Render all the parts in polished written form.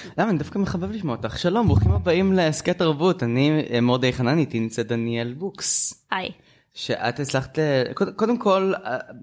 למה, אני דווקא מחבב לשמוע אותך. שלום, ברוכים הבאים לעסקי תרבות. אני מאוד חנן, איתי נמצא דניאל בוקס. היי. שאת הצלחת, קודם כל,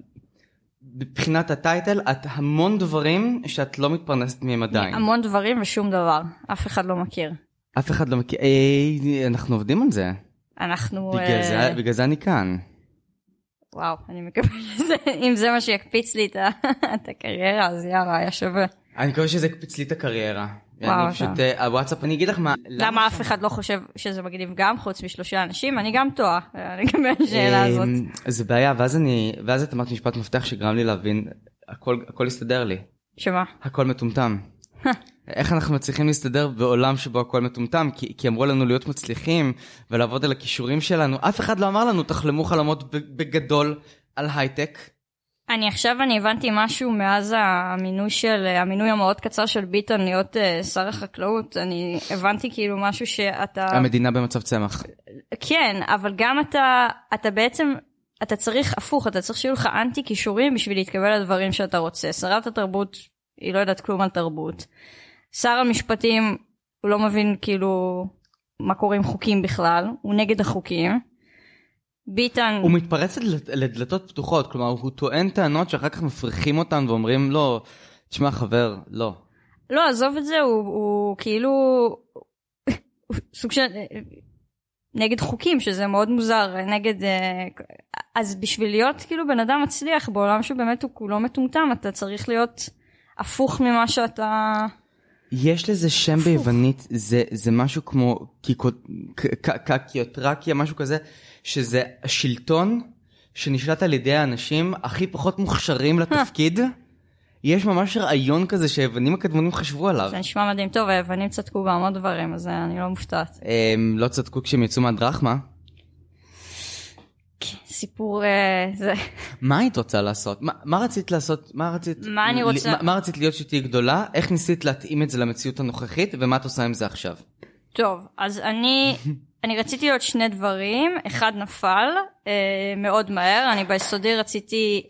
בבחינת הטייטל, את המון דברים שאת לא מתפרנסת מהם עדיין. המון דברים ושום דבר. אף אחד לא מכיר. אף אחד לא מכיר. אנחנו עובדים על זה. אנחנו... בגלל זה אני כאן. וואו, אני מקווה שזה, אם זה מה שיקפיץ לי את הקריירה, אז יאללה, היה שווה. אני מקווה שזה יקפיץ לי את הקריירה. וואו, אני פשוט, הוואטסאפ, אני אגיד לך מה... למה אף אחד לא חושב שזה מגניב גם, חוץ משלושה אנשים? אני גם טועה, לגבי השאלה הזאת. זה בעיה, ואז את אמרת משפט מפתח שגרם לי להבין, הכל יסתדר לי. שמה? הכל מטומטם. איך אנחנו מצליחים להסתדר בעולם שבו הכל מטומטם? כי אמרו לנו להיות מצליחים ולעבוד על הכישורים שלנו. אף אחד לא אמר לנו, תחלמו חלומות בגדול על הייטק. אני הבנתי משהו מאז המינוי המאוד קצר של ביטון להיות שר החקלאות. אני הבנתי כאילו משהו שאתה... המדינה במצב צמח. כן, אבל גם אתה בעצם, אתה צריך הפוך, אתה צריך שיהיו לך אנטי כישורים בשביל להתקבל לדברים שאתה רוצה. שרת התרבות, היא לא יודעת כלום על תרבות. שר המשפטים, הוא לא מבין כאילו מה קורה עם חוקים בכלל, הוא נגד החוקים. ביטן... הוא מתפרץ לדלתות פתוחות, כלומר הוא טוען טענות שאחר כך מפריחים אותן ואומרים לו, תשמע חבר, לא. לא, עזוב את זה, הוא כאילו הוא סוג של נגד חוקים, שזה מאוד מוזר, נגד... אז בשביל להיות כאילו בן אדם מצליח בעולם שבאמת הוא כולו מטומטם, אתה צריך להיות הפוך ממה שאתה... יש לזה שם ביוונית, זה משהו כמו קיוטרקיה, משהו כזה, שזה השלטון שנשלט על ידי האנשים הכי פחות מוכשרים לתפקיד. יש ממש רעיון כזה שהיוונים הקדמונים חשבו עליו. זה נשמע מדהים טוב, היוונים צדקו בהמון דברים, אז אני לא מופתעת. לא צדקו כשהם יצאו מהדרחמה? סיפור זה... מה היית רוצה לעשות? מה רצית לעשות? מה אני רוצה... מה רצית להיות שתהיי גדולה? איך ניסית להתאים את זה למציאות הנוכחית? ומה את עושה עם זה עכשיו? טוב, אז אני רציתי להיות שני דברים. אחד נפל מאוד מהר. אני ביסודי רציתי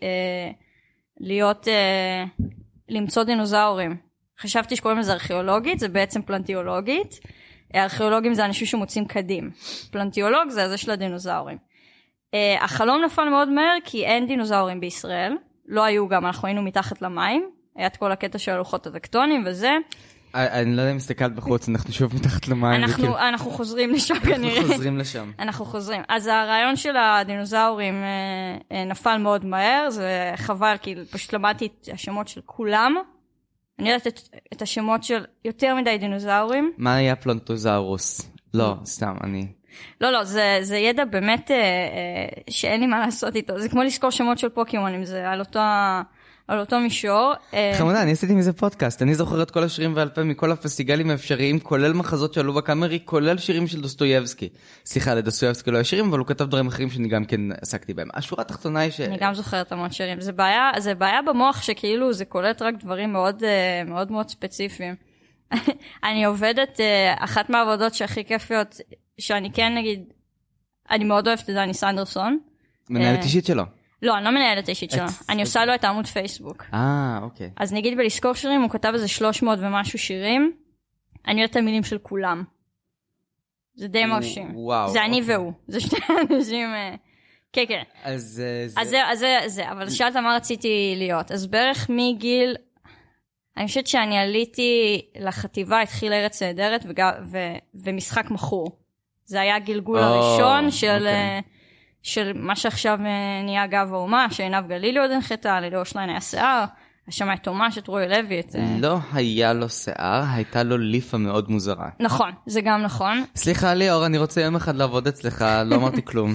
למצוא דינוזאורים. חשבתי שקוראים לזה ארכיאולוגית, זה בעצם פלנטיולוגית. ארכיאולוגים זה אנשים שמוצאים קדים. פלנטיולוג זה הזה של הדינוזאורים. החלום נפל מאוד מהר כי אין דינוזאורים בישראל. לא היו גם, אנחנו היינו מתחת למים. היה את כל הקטע של הלוחות הטקטונים וזה. אני לא יודע אם מסתכלת בחוץ, אנחנו שוב מתחת למים. אנחנו חוזרים לשם כנראה. אנחנו חוזרים לשם. אנחנו חוזרים. אז הרעיון של הדינוזאורים נפל מאוד מהר, זה חבל, כי פשוט למדתי את השמות של כולם. אני יודעת את השמות של יותר מדי דינוזאורים. מה היה פלונטוזאורוס? לא, סתם, אני... לא, זה ידע באמת שאין לי מה לעשות איתו. זה כמו לזכור שמות של פוקימונים, זה על אותו מישור. חמודה, אני עשיתי מזה פודקאסט. אני זוכר את כל השירים ועל פה מכל הפסטיגלים האפשריים, כולל מחזות שעלו בקאמרי, כולל שירים של דוסטויבסקי. סליחה, לדוסטויבסקי לא היה שירים, אבל הוא כתב דברים אחרים שאני גם כן עסקתי בהם. השורה התחתונה היא אני גם זוכרת המון שירים. זה בעיה במוח שכאילו זה קולט רק דברים מאוד מאוד מאוד ספציפיים. אני עובדת, אחת מהעבודות שהכי כיפיות, שאני כן נגיד, אני מאוד אוהבת את דני סנדרסון. מנהלת אישית שלו. לא, אני לא מנהלת אישית שלו. אני עושה לו את העמוד פייסבוק. אוקיי. אז נגיד בלזכור שירים, הוא כתב איזה 300 ומשהו שירים. אני יודעת את המילים של כולם. זה די מרשים. וואו. זה אני והוא. זה שני אנשים... כן, כן. אז זה, אבל שאלת מה רציתי להיות. אז בערך מגיל... אני חושבת שאני עליתי לחטיבה, התחיל ארץ נהדרת ומשחק מכור. זה היה הגלגול הראשון של מה שעכשיו נהיה גב האומה, שעינב גלילי עוד הנחתה, לליאור שליין היה שיער, השמע את תומש, את רועי לוי. לא היה לו שיער, הייתה לו ליפה מאוד מוזרה. נכון, זה גם נכון. סליחה ליאור, אני רוצה יום אחד לעבוד אצלך, לא אמרתי כלום.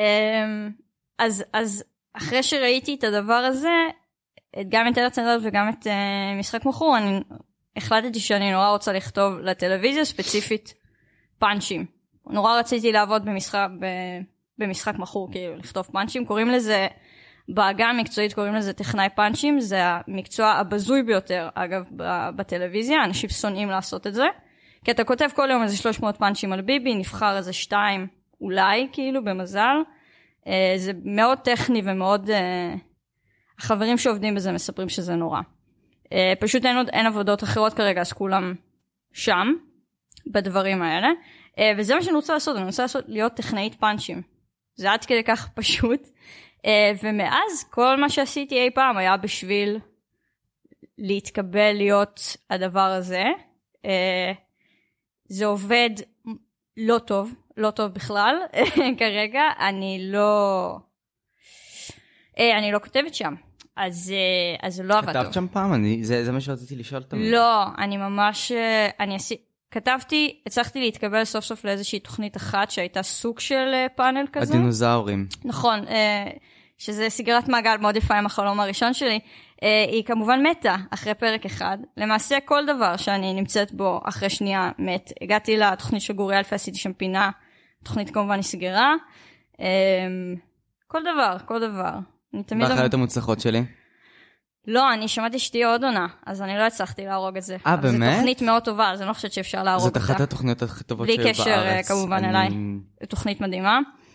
אז אחרי שראיתי את הדבר הזה, גם את ארץ נהדרת וגם את משחק מכור, אני החלטתי שאני נורא רוצה לכתוב לטלוויזיה, ספציפית פאנצ'ים. נורא רציתי לעבוד במשחק מכור, כאילו לכתוב פאנצ'ים. קוראים לזה, בעגה המקצועית קוראים לזה טכנאי פאנצ'ים, זה המקצוע הבזוי ביותר, אגב, בטלוויזיה. אנשים שונאים לעשות את זה. כי אתה כותב כל יום איזה 300 פאנצ'ים על ביבי, נבחר איזה 2, אולי, כאילו, במזל. זה מאוד טכני ומאוד... החברים שעובדים בזה מספרים שזה נורא. פשוט אין עבודות אחרות כרגע, אז כולם שם, בדברים האלה, וזה מה שאני רוצה לעשות, אני רוצה להיות טכנאית פאנצ'ים. זה עד כדי כך פשוט, ומאז כל מה שעשיתי אי פעם היה בשביל להתקבל להיות הדבר הזה. זה עובד לא טוב, לא טוב בכלל, כרגע, אני לא כותבת שם, אז זה לא עבד טוב. כתבת שם פעם? זה מה שרציתי לשאול תמיד. לא, אני ממש, כתבתי, הצלחתי להתקבל סוף סוף לאיזושהי תוכנית אחת שהייתה סוג של פאנל כזה. הדינוזאורים. נכון, שזה סגרת מעגל מאוד יפה עם החלום הראשון שלי. היא כמובן מתה אחרי פרק אחד. למעשה כל דבר שאני נמצאת בו אחרי שנייה מת. הגעתי לתוכנית של גורי אלפי, עשיתי שם פינה. התוכנית כמובן נסגרה. כל דבר. והחיות המוצלחות שלי? לא, אני שמעתי שתהיה עוד עונה, אז אני לא הצלחתי להרוג את זה. באמת? זו תוכנית מאוד טובה, אז אני לא חושבת שאפשר להרוג אותה. זאת אחת התוכניות הכי טובות שהיו בארץ. בלי קשר כמובן אליי. תוכנית מדהימה.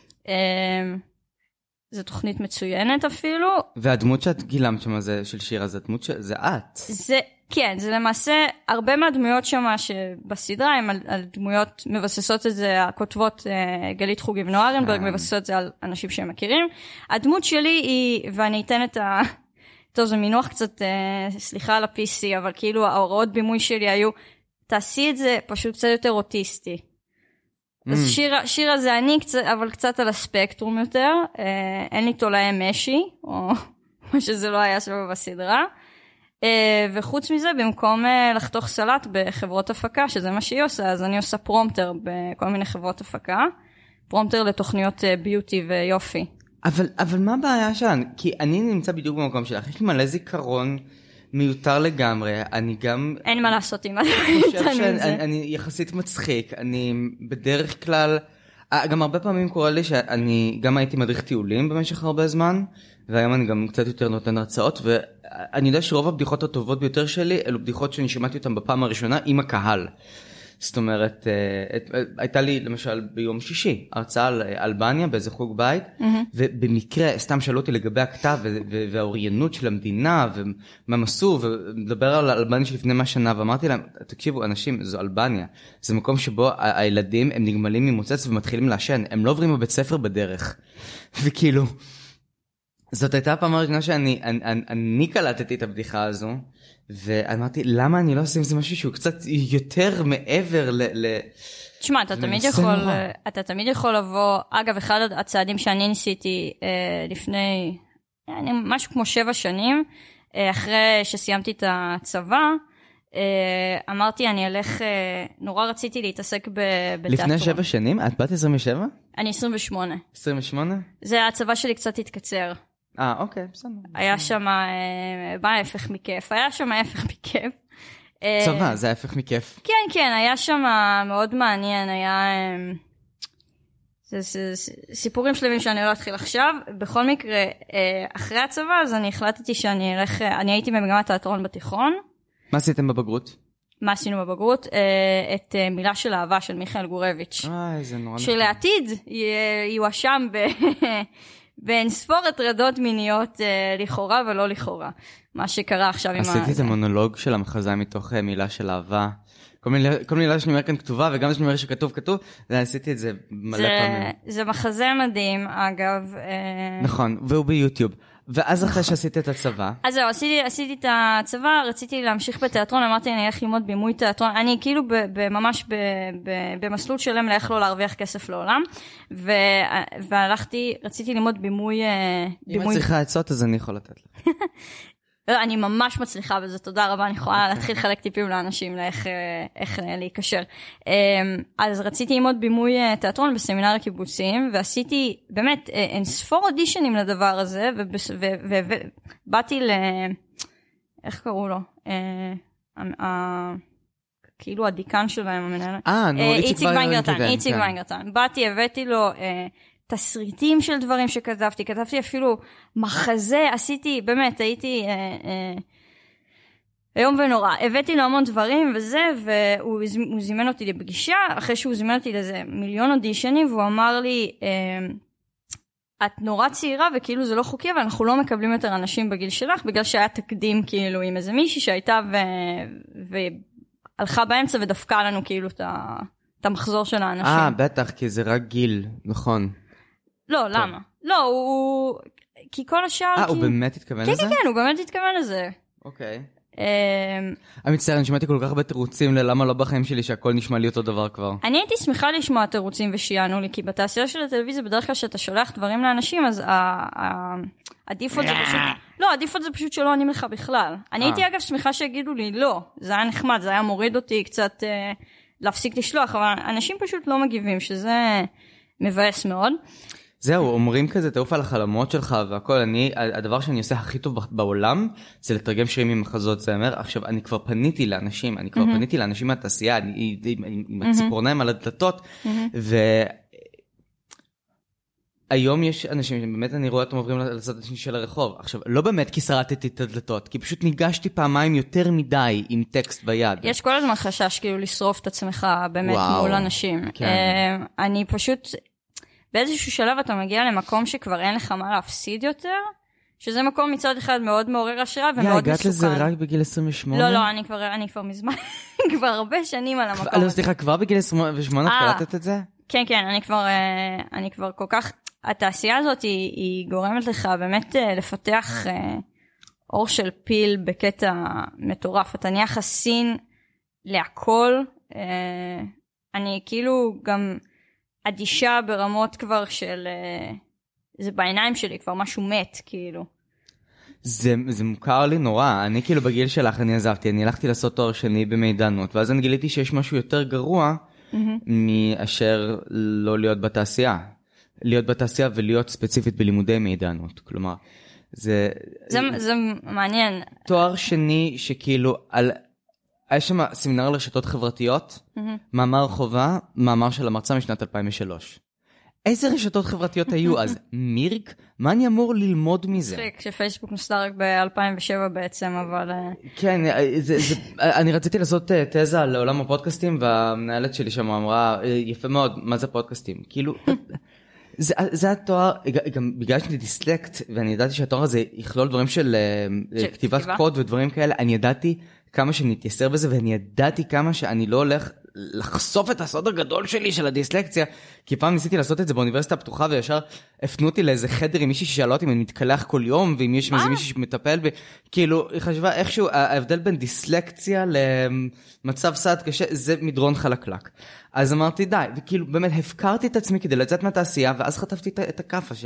זו תוכנית מצוינת אפילו. והדמות שאת גילמת שם של שירה, זה דמות זה את. כן, זה למעשה הרבה מהדמויות שם שבסדרה הם על דמויות מבססות את זה, הכותבות גלית חוגי ונוערנברג מבססות את זה על אנשים שהם מכירים. הדמות שלי היא, ואני אתן את טוב, זה מינוח קצת, סליחה על ה-PC, אבל כאילו ההוראות בימוי שלי היו, תעשי את זה פשוט קצת יותר אוטיסטי. אז שירה זה אני, אבל קצת על הספקטרום יותר, אין לי תולעי משי, או מה שזה לא היה שם בסדרה, וחוץ מזה, במקום לחתוך סלט בחברות הפקה, שזה מה שהיא עושה, אז אני עושה פרומטר בכל מיני חברות הפקה, פרומטר לתוכניות ביוטי ויופי. אבל מה הבעיה שלנו? כי אני נמצא בדיוק במקום שלך, יש לי מלא זיכרון מיותר לגמרי, אני גם... אין מה לעשות עם אני יחסית מצחיק, אני בדרך כלל, גם הרבה פעמים קורה לי שאני גם הייתי מדריך טיולים במשך הרבה זמן, והיום אני גם קצת יותר נותן הרצאות, ואני יודע שרוב הבדיחות הטובות ביותר שלי, אלו בדיחות שאני שמעתי אותן בפעם הראשונה עם הקהל. זאת אומרת, הייתה לי למשל ביום שישי הרצאה על אלבניה באיזה חוג בית, ובמקרה סתם שאלו אותי לגבי הכתב והאוריינות של המדינה ומה מסו, ומדבר על אלבניה שלפני 100 שנה, ואמרתי להם, תקשיבו אנשים, זו אלבניה, זה מקום שבו הילדים הם נגמלים ממוצץ ומתחילים לעשן, הם לא עוברים בבית ספר בדרך, וכאילו, זאת הייתה הפעם הראשונה שאני קלטתי את הבדיחה הזו, ואמרתי, למה אני לא עושה עם זה משהו שהוא קצת יותר מעבר תשמע, אתה תמיד יכול לבוא, אגב, אחד הצעדים שאני ניסיתי לפני, משהו כמו 7 שנים, אחרי שסיימתי את הצבא, אמרתי, אני אלך, נורא רציתי להתעסק בתיאטרון. לפני 7 שנים? את בת 27? אני 28. 28? זה הצבא שלי קצת התקצר. אוקיי, בסדר. היה שם, מה ההפך מכיף? היה שם ההפך מכיף. צבא, זה ההפך מכיף. כן, היה שם מאוד מעניין, היה סיפורים שלמים שאני לא אתחיל עכשיו. בכל מקרה, אחרי הצבא, אז אני החלטתי שאני אלך, אני הייתי במגמת תיאטרון בתיכון. מה עשיתם בבגרות? מה עשינו בבגרות? את מילה של אהבה של מיכאל גורביץ'. זה נורא נכון. שלעתיד יואשם בין ספור הטרדות מיניות לכאורה ולא לכאורה. מה שקרה עכשיו עם עשיתי את המונולוג של המחזה מתוך מילה של אהבה. כל מילה שאני אומר כאן כתובה, וגם שאני אומר שכתוב, ועשיתי את זה מלא פעמים. זה מחזה מדהים, אגב. נכון, והוא ביוטיוב. ואז אחרי שעשיתי את הצבא. אז זהו, עשיתי את הצבא, רציתי להמשיך בתיאטרון, אמרתי אני אלך ללמוד בימוי תיאטרון, אני כאילו ממש במסלול שלם לאיך לא להרוויח כסף לעולם, והלכתי, רציתי ללמוד בימוי... אם את צריכה עצות, אז אני יכול לתת לך. אני ממש מצליחה בזה, תודה רבה, אני יכולה להתחיל לחלק טיפים לאנשים לאיך להיקשר. אז רציתי ללמוד בימוי תיאטרון בסמינר הקיבוצים, ועשיתי באמת אינספור אודישנים לדבר הזה, ובאתי איך קראו לו? כאילו הדיקן שלהם, המנהל. איציק ויינגרטן. באתי, הבאתי לו... תסריטים של דברים שכתבתי, כתבתי אפילו מחזה, עשיתי, באמת, הייתי היום ונורא, הבאתי לו המון דברים וזה, והוא זימן אותי לפגישה, אחרי שהוא זימן אותי לזה 1,000,000 אודישנים, והוא אמר לי, את נורא צעירה וכאילו זה לא חוקי, אבל אנחנו לא מקבלים יותר אנשים בגיל שלך, בגלל שהיה תקדים כאילו עם איזה מישהי שהייתה הלכה באמצע ודפקה לנו כאילו את המחזור של האנשים. בטח, כי זה רק גיל, נכון. לא, למה? לא, הוא... כי כל השאר... הוא באמת התכוון לזה? כן, הוא באמת התכוון לזה. אוקיי. אני מצטער, אני שמעתי כל כך הרבה תירוצים ללמה לא בחיים שלי שהכל נשמע לי אותו דבר כבר. אני הייתי שמחה לשמוע תירוצים ושיענו לי, כי בתעשייה של הטלוויזיה בדרך כלל שאתה שולח דברים לאנשים, אז הדיפות זה פשוט... לא, הדיפות זה פשוט שלא עונים לך בכלל. אני הייתי אגב שמחה שיגידו לי, לא, זה היה נחמד, זה היה מוריד אותי קצת להפסיק לשלוח, אבל אנשים פשוט לא מגיבים, שזה מבאס מאוד. זהו, אומרים כזה, תעוף על החלומות שלך והכל, הדבר שאני עושה הכי טוב בעולם, זה לתרגם שירים ממחזות זמר. עכשיו, אני כבר פניתי לאנשים, מהתעשייה, עם הציפורניים על הדלתות, והיום יש אנשים, באמת אני רואה אותם עוברים לצד השני של הרחוב. עכשיו, לא באמת כי שרטתי את הדלתות, כי פשוט ניגשתי פעמיים יותר מדי עם טקסט ביד. יש כל הזמן חשש כאילו לשרוף את עצמך באמת מול אנשים. אני פשוט... באיזשהו שלב אתה מגיע למקום שכבר אין לך מה להפסיד יותר, שזה מקום מצד אחד מאוד מעורר השראה ומאוד מסוכן. הגעת לזה רק בגיל 28? לא, אני כבר מזמן, כבר הרבה שנים על המקום. לא, סליחה, כבר בגיל 28 קלטת את זה? כן, אני כבר כל כך, התעשייה הזאת היא גורמת לך באמת לפתח אור של פיל בקטע מטורף. אתה נהיה חסין להכל. אני כאילו גם... אדישה ברמות כבר של, זה בעיניים שלי, כבר משהו מת, כאילו. זה מוכר לי נורא, אני כאילו בגיל שלך אני עזבתי, אני הלכתי לעשות תואר שני במידענות, ואז אני גיליתי שיש משהו יותר גרוע, מאשר לא להיות בתעשייה. להיות בתעשייה ולהיות ספציפית בלימודי מידענות, כלומר, זה מעניין. תואר שני שכאילו, היה שם סמינר לרשתות חברתיות, מאמר חובה, מאמר של המרצה משנת 2003. איזה רשתות חברתיות היו אז? מירק? מה אני אמור ללמוד מזה? כשפייסבוק נוסדה רק ב-2007 בעצם, אבל... כן, אני רציתי לעשות תזה לעולם הפודקאסטים, והמנהלת שלי שם אמרה, יפה מאוד, מה זה פודקאסטים? כאילו, זה התואר, גם בגלל שאני דיסלקט, ואני ידעתי שהתואר הזה יכלול דברים של כתיבת קוד ודברים כאלה, אני ידעתי כמה שאני אתייסר בזה, ואני ידעתי כמה שאני לא הולך לחשוף את הסוד הגדול שלי של הדיסלקציה, כי פעם ניסיתי לעשות את זה באוניברסיטה הפתוחה, וישר הפנו אותי לאיזה חדר עם מישהי ששאלה אותי אם אני מתקלח כל יום, ואם יש איזה מישהי שמטפל, וכאילו, היא חשבה איכשהו, ההבדל בין דיסלקציה למצב סעד קשה, זה מדרון חלקלק. אז אמרתי די, וכאילו באמת הפקרתי את עצמי כדי לצאת מהתעשייה, ואז חטפתי את הכאפה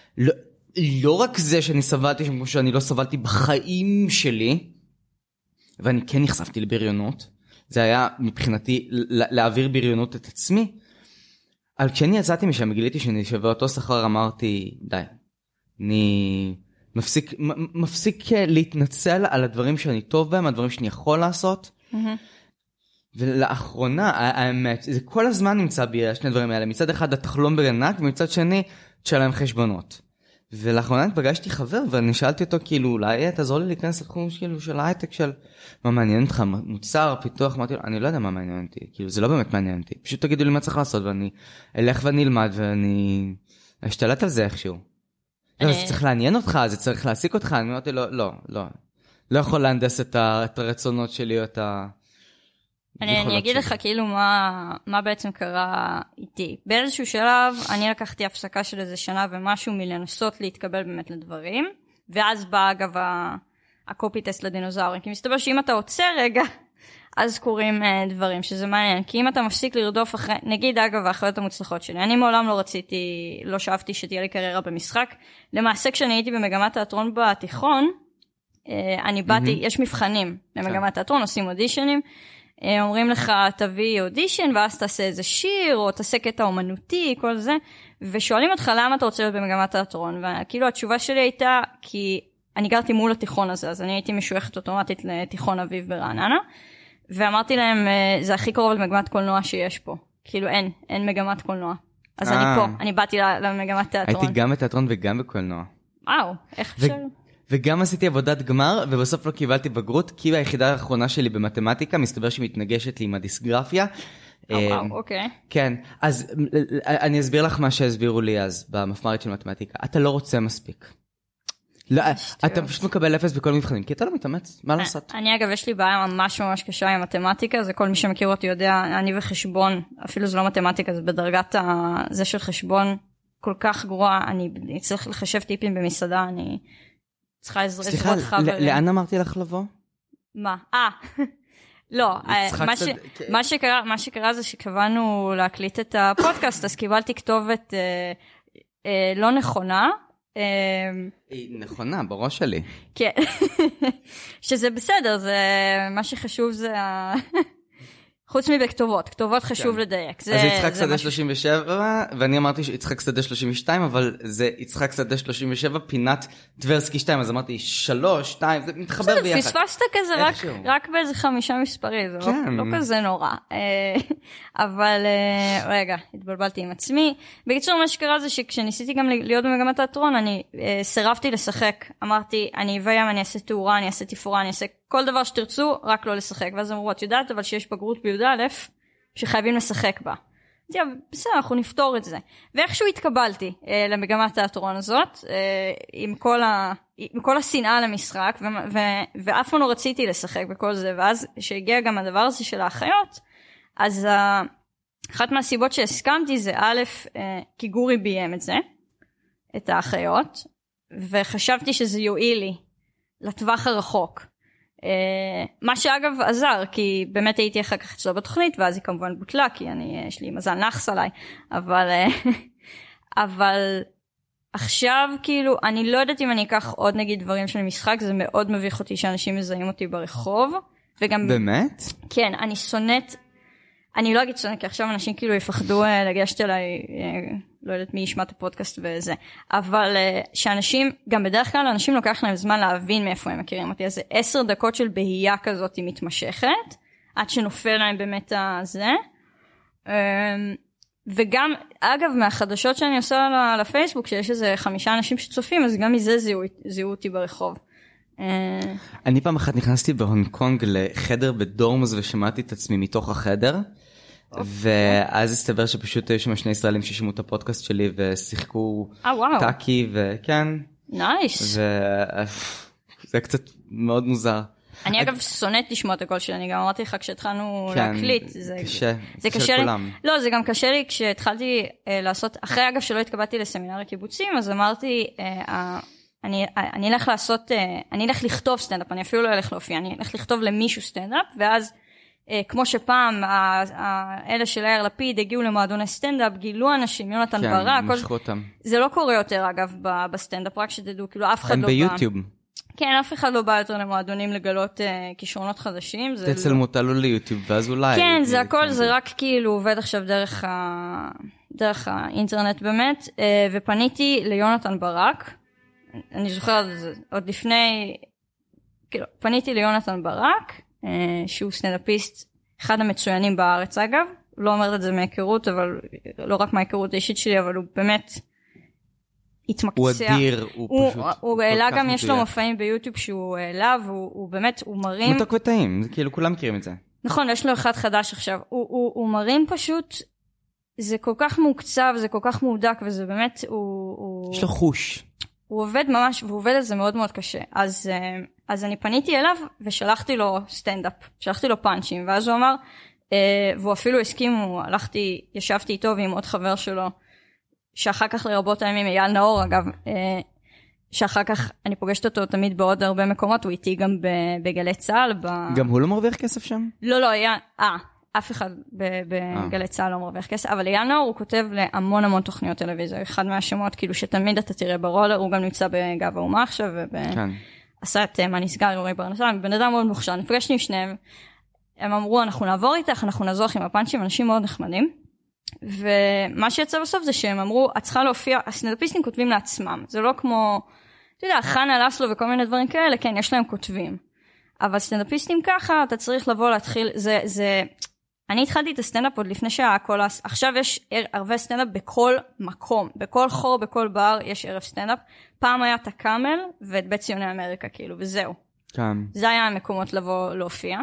לא רק זה שאני סבלתי, כמו שאני לא סבלתי בחיים שלי, ואני כן נחשפתי לבריונות, זה היה מבחינתי להעביר בריונות את עצמי, אבל כשאני יצאתי משם, גיליתי שאני שווה אותו שכר, אמרתי, די, אני מפסיק להתנצל על הדברים שאני טוב בהם, הדברים שאני יכול לעשות, ולאחרונה, האמת, זה כל הזמן נמצא בי, שני דברים האלה, מצד אחד התחלום ברנק, ומצד שני, תשלם חשבונות. ולאחרונה פגשתי חבר, ואני שאלתי אותו, כאילו, אולי תעזור לי להיכנס לתחום של ההייטק של, מה מעניין אותך, מוצר, פיתוח, אמרתי לו, אני לא יודע מה מעניין אותי, כאילו, זה לא באמת מעניין אותי, פשוט תגידו לי מה צריך לעשות, ואני אלך ואני אלמד, ואני אשתלט על זה איכשהו. לא, זה צריך לעניין אותך, זה צריך להעסיק אותך, אני אמרתי לו, לא יכול להנדס את הרצונות שלי, או את ה... אני אגיד לך כאילו מה בעצם קרה איתי. באיזשהו שלב אני לקחתי הפסקה של איזה שנה ומשהו מלנסות להתקבל באמת לדברים, ואז בא אגב הקופי טסט לדינוזאורים, כי מסתבר שאם אתה עוצר רגע, אז קורים דברים, שזה מעניין, כי אם אתה מפסיק לרדוף אחרי, נגיד אגב האחיות המוצלחות שלי, אני מעולם לא שאפתי שתהיה לי קריירה במשחק, למעשה כשאני הייתי במגמת תיאטרון בתיכון, אני באתי, יש מבחנים למגמת תיאטרון, עושים אודישנים, אומרים לך תביא אודישן ואז תעשה איזה שיר או תעשה קטע אומנותי, כל זה, ושואלים אותך למה אתה רוצה להיות במגמת תיאטרון, וכאילו התשובה שלי הייתה כי אני גרתי מול התיכון הזה, אז אני הייתי משויכת אוטומטית לתיכון אביב ברעננה, ואמרתי להם זה הכי קרוב למגמת קולנוע שיש פה, כאילו אין מגמת קולנוע, אז אני פה, אני באתי למגמת תיאטרון. הייתי גם בתיאטרון וגם בקולנוע. וואו, איך אפשר? וגם עשיתי עבודת גמר, ובסוף לא קיבלתי בגרות, כי היחידה האחרונה שלי במתמטיקה, מסתבר שהיא מתנגשת לי עם הדיסגרפיה. אוקיי. כן, אז אני אסביר לך מה שהסבירו לי אז, במפמ"רית של מתמטיקה. אתה לא רוצה מספיק. לא, אתה פשוט מקבל 0 בכל מבחנים, כי אתה לא מתאמץ, מה לעשות? אני אגב, יש לי בעיה ממש ממש קשה עם מתמטיקה, זה כל מי שמכיר אותי יודע, אני וחשבון, אפילו זה לא מתמטיקה, זה בדרגת זה של חשבון כל כך גרוע, אני צריך לחשב טיפים במסעדה, אני צריכה עזרת חברים. סליחה, לאן אמרתי לך לבוא? מה? לא, מה שקרה זה שקבענו להקליט את הפודקאסט, אז קיבלתי כתובת לא נכונה. היא נכונה, בראש שלי. כן, שזה בסדר, מה שחשוב זה, חוץ מבכתובות, כתובות חשוב לדייק. אז יצחק שדה 37, ואני אמרתי שיצחק שדה 32, אבל זה יצחק שדה 37, פינת טברסקי 2, אז אמרתי 3, 2, זה מתחבר ביחד. פספסת כזה רק באיזה 5 מספרים, זה לא כזה נורא. אבל רגע, התבלבלתי עם עצמי. בקיצור, מה שקרה זה שכשניסיתי גם להיות במגמת תיאטרון, אני סירבתי לשחק. אמרתי, אני אביים, אני אעשה תאורה, אני אעשה תפאורה, אני אעשה כל דבר שתרצו, רק לא לשחק. ואז אמרו, את יודעת, אבל שיש בגרות בי"א שחייבים לשחק בה. בסדר, אנחנו נפתור את זה. ואיכשהו התקבלתי למגמת תיאטרון הזאת, עם כל השנאה למשחק, ואף פעם לא רציתי לשחק בכל זה, ואז שהגיע גם הדבר הזה של האחיות, אז אחת מהסיבות שהסכמתי זה א', כי גורי ביים את זה, את האחיות, וחשבתי שזה יועיל לי לטווח הרחוק. מה שאגב עזר, כי באמת הייתי אחר כך אצלו בתוכנית, ואז היא כמובן בוטלה, כי יש לי מזל נחס עליי, אבל עכשיו כאילו, אני לא יודעת אם אני אקח עוד נגיד דברים של משחק, זה מאוד מביך אותי שאנשים מזהים אותי ברחוב, וגם... באמת? כן, אני שונאת, אני לא אגיד שונאת, כי עכשיו אנשים כאילו יפחדו לגשת אליי, לא יודעת מי ישמע את הפודקאסט וזה, אבל שאנשים, גם בדרך כלל אנשים לוקח להם זמן להבין מאיפה הם מכירים אותי, אז זה 10 דקות של בהייה כזאת היא מתמשכת, עד שנופל להם באמת הזה, וגם, אגב, מהחדשות שאני עושה לפייסבוק, שיש איזה 5 אנשים שצופים, אז גם מזה זיהו אותי ברחוב. אני פעם אחת נכנסתי בהונג קונג לחדר בדורמוס ושמעתי את עצמי מתוך החדר, ואז הסתבר שפשוט יש שם 2 ישראלים ששמעו את הפודקאסט שלי ושיחקו טאקי וכן. נייס. וזה קצת מאוד מוזר. אני אגב שונאת לשמוע את הקול שלי, אני גם אמרתי לך כשהתחלנו להקליט. זה קשה לכולם. לא, זה גם קשה לי כשהתחלתי לעשות, אחרי אגב שלא התקבלתי לסמינר הקיבוצים, אז אמרתי, אני אלך לכתוב סטנדאפ, אני אפילו לא אלך להופיע, אני אלך לכתוב למישהו סטנדאפ, ואז כמו שפעם אלה של יאיר לפיד הגיעו למועדוני סטנדאפ, גילו אנשים, יונתן ברק, זה לא קורה יותר אגב בסטנדאפ, רק שתדעו, כאילו אף אחד לא בא. הם ביוטיוב. כן, אף אחד לא בא יותר למועדונים לגלות כישרונות חדשים. תצלמו תעלו ליוטיוב, ואז אולי... כן, זה הכל, זה רק כאילו עובד עכשיו דרך האינטרנט באמת, ופניתי ליונתן ברק, אני זוכרת את זה, עוד לפני, כאילו, פניתי ליונתן ברק, שהוא סטנדאפיסט, אחד המצוינים בארץ אגב, לא אומרת את זה מהיכרות, אבל לא רק מהיכרות האישית שלי, אבל הוא באמת התמקצע. הוא אדיר, הוא פשוט. הוא העלה גם, יש לו מופעים ביוטיוב שהוא העלה, והוא באמת, הוא מרים. מתוק וטעים, כאילו כולם מכירים את זה. נכון, יש לו אחד חדש עכשיו. הוא מרים פשוט, זה כל כך מוקצב, זה כל כך מודק, וזה באמת, יש לו חוש. הוא עובד ממש, והוא עובד על זה מאוד מאוד קשה. אז אני פניתי אליו ושלחתי לו סטנדאפ, שלחתי לו פאנצ'ים, ואז הוא אמר, והוא אפילו הסכים, ישבתי איתו ועם עוד חבר שלו, שאחר כך לרבות הימים, אייל נאור אגב, שאחר כך אני פוגשת אותו תמיד בעוד הרבה מקומות, הוא איתי גם בגלי צהל. גם הוא לא מרוויח כסף שם? לא, אף אחד בגלי צהל לא מרוויח כסף, אבל אייל נאור הוא כותב להמון המון תוכניות טלוויזיה, אחד מהשמות כאילו שתמיד אתה תראה ברולר, הוא גם נמצא בגב האומה עכשיו, עשה את מה נסגר, יורי ברנסון, בן אדם מאוד מוכשר, נפגשתי עם שניהם, הם אמרו אנחנו נעבור איתך, אנחנו נעזור עם הפאנצ'ים, אנשים מאוד נחמדים, ומה שיצא בסוף זה שהם אמרו, את צריכה להופיע, הסטנדאפיסטים כותבים לעצמם, זה לא כמו, אתה יודע, חנה לסלו וכל מיני דברים כאלה, כן, יש להם כותבים, אבל סטנדאפיסטים ככה, אתה צריך לבוא להתחיל, אני התחלתי את הסטנדאפ עוד לפני שהכל, עכשיו יש ערבי סטנדאפ בכל מקום, בכל חור, בכל בר, יש ערב סטנדאפ, פעם היה את הקאמל ואת בית ציוני אמריקה, כאילו, וזהו. כן. זה היה המקומות לבוא להופיע.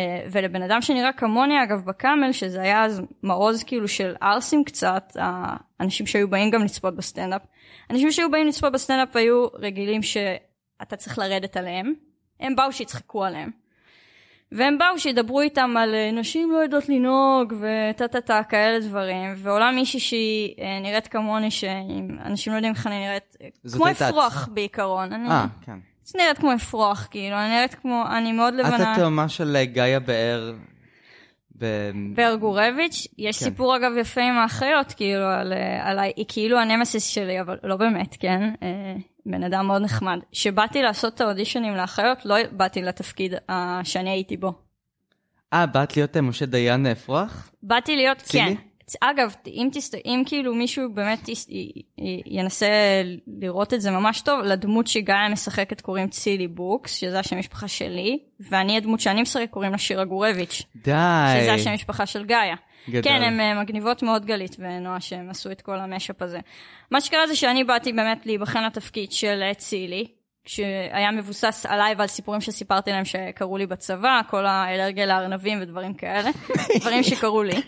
ולבן אדם שנראה כמוני, אגב, בקאמל, שזה היה אז מעוז כאילו של ארסים קצת, אנשים שהיו באים גם לצפות בסטנדאפ. אנשים שהיו באים לצפות בסטנדאפ היו רגילים שאתה צריך לרדת עליהם. הם באו שיצחקו עליהם. והם באו שידברו איתם על נשים לא יודעות לנהוג וטטטה כאלה דברים. ועולה מישהי שהיא נראית כמוני, שאנשים לא יודעים איך אני נראית, כמו אפרוח בעיקרון. כן. זה נראית כמו אפרוח, כאילו, אני נראית כמו, אני מאוד לבנה. את התאומה של גאיה באר... באר גורביץ', יש סיפור אגב יפה עם האחיות, כאילו, עליי, היא כאילו הנמסיס שלי, אבל לא באמת, כן? בן אדם מאוד נחמד. שבאתי לעשות את האודישנים לאחיות, לא באתי לתפקיד שאני הייתי בו. באת להיות משה דיין אפרוח? באתי להיות, כן. אגב, אם כאילו מישהו באמת ינסה לראות את זה ממש טוב, לדמות שגאיה משחקת קוראים צילי בוקס, שזה השם משפחה שלי, ואני הדמות שאני משחק קוראים לה שירה גורביץ'. די. שזה השם משפחה של גאיה. גדל. כן, הן מגניבות מאוד גלית ונועה שהם עשו את כל המשאפ הזה. מה שקרה זה שאני באתי באמת להיבחן לתפקיד של צילי, שהיה מבוסס עליי ועל סיפורים שסיפרתי להם שקראו לי בצבא, כל האלרגיה לארנבים ודברים כאלה, דברים שקראו לי.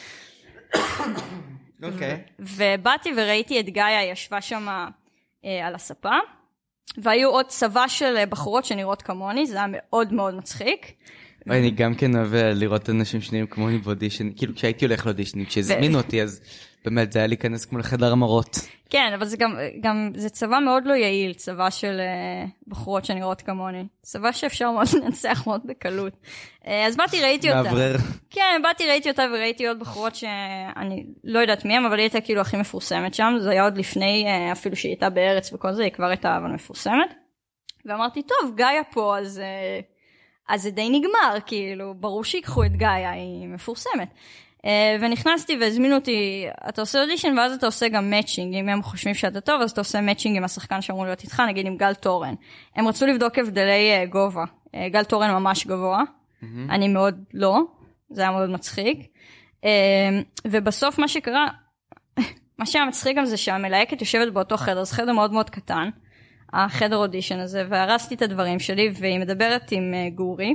אוקיי. ובאתי וראיתי את גאיה, ישבה שם על הספה, והיו עוד צבא של בחורות שנראות כמוני, זה היה מאוד מאוד מצחיק. אני גם כן אוהב לראות אנשים שנראים כמוני באודישן, כאילו כשהייתי הולך לאודישנים, כשהזמינו אותי, אז באמת זה היה להיכנס כמו לחדר המרות. כן, אבל זה גם זה צבא מאוד לא יעיל, צבא של בחורות שנראות כמוני. צבא שאפשר מאוד לנצח מאוד בקלות. אז באתי, ראיתי אותה. מעברר. כן, באתי, ראיתי אותה וראיתי עוד בחורות שאני לא יודעת מי הם, אבל היא הייתה כאילו הכי מפורסמת שם. זה היה עוד לפני, אפילו שהיא הייתה בארץ וכל זה, היא כבר הייתה אבל מפורסמת. ואמרתי, טוב, גאיה פה, אז זה די נגמר, כאילו, ברור שיקחו את גאיה, היא מפורסמת. ונכנסתי והזמינו אותי, אתה עושה אודישן ואז אתה עושה גם מאצ'ינג, אם הם חושבים שאתה טוב אז אתה עושה מאצ'ינג עם השחקן שאמור להיות איתך, נגיד עם גל תורן. הם רצו לבדוק הבדלי גובה, גל תורן ממש גבוה, אני מאוד לא, זה היה מאוד מצחיק, ובסוף מה שקרה, מה שהיה מצחיק גם זה שהמלהקת יושבת באותו חדר, זה חדר מאוד מאוד קטן, החדר אודישן הזה, והרסתי את הדברים שלי והיא מדברת עם גורי,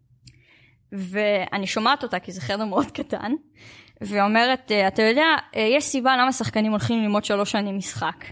ואני שומעת אותה כי זה חדר מאוד קטן, ואומרת, אתה יודע, יש סיבה למה שחקנים הולכים ללמוד 3 שנים משחק.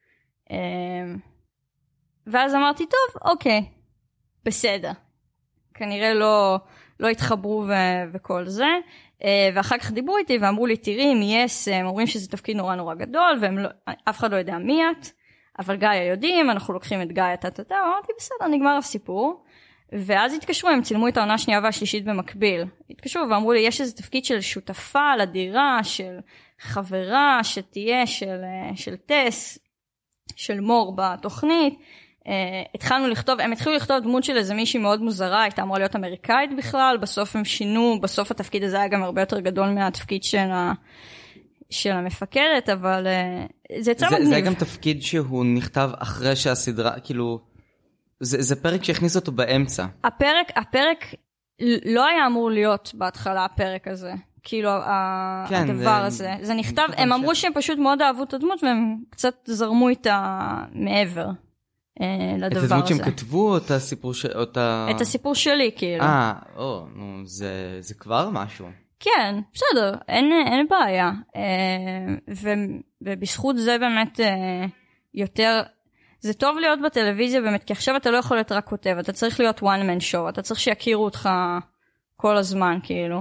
ואז אמרתי, טוב, אוקיי, בסדר. כנראה לא התחברו וכל זה, ואחר כך דיברו איתי ואמרו לי, תראי, מייס, הם אומרים שזה תפקיד נורא נורא גדול, ואף אחד לא יודע מי את, אבל גאיה יודעים, אנחנו לוקחים את גאיה, אמרתי, בסדר, נגמר הסיפור. ואז התקשרו, הם צילמו את העונה השנייה והשלישית במקביל. התקשרו ואמרו לי, יש איזה תפקיד של שותפה לדירה, של חברה, שתהיה, של טס, של מור בתוכנית. הם התחילו לכתוב דמות של איזה מישהי מאוד מוזרה, הייתה אמורה להיות אמריקאית בכלל, בסוף הם שינו, בסוף התפקיד הזה היה גם הרבה יותר גדול מהתפקיד של המפקדת, אבל זה יצא מגניב. זה גם תפקיד שהוא נכתב אחרי שהסדרה, כאילו... זה פרק שהכניס אותו באמצע. הפרק לא היה אמור להיות בהתחלה הפרק הזה. כאילו הדבר הזה. זה נכתב, הם אמרו שהם פשוט מאוד אהבו את הדמות והם קצת זרמו איתה מעבר לדבר הזה. את הדמות שהם כתבו את הסיפור את הסיפור שלי כאילו. זה כבר משהו. כן, בסדר, אין בעיה. ובזכות זה באמת יותר... זה טוב להיות בטלוויזיה באמת, כי עכשיו אתה לא יכול להיות רק כותב, אתה צריך להיות one man show, אתה צריך שיכירו אותך כל הזמן, כאילו.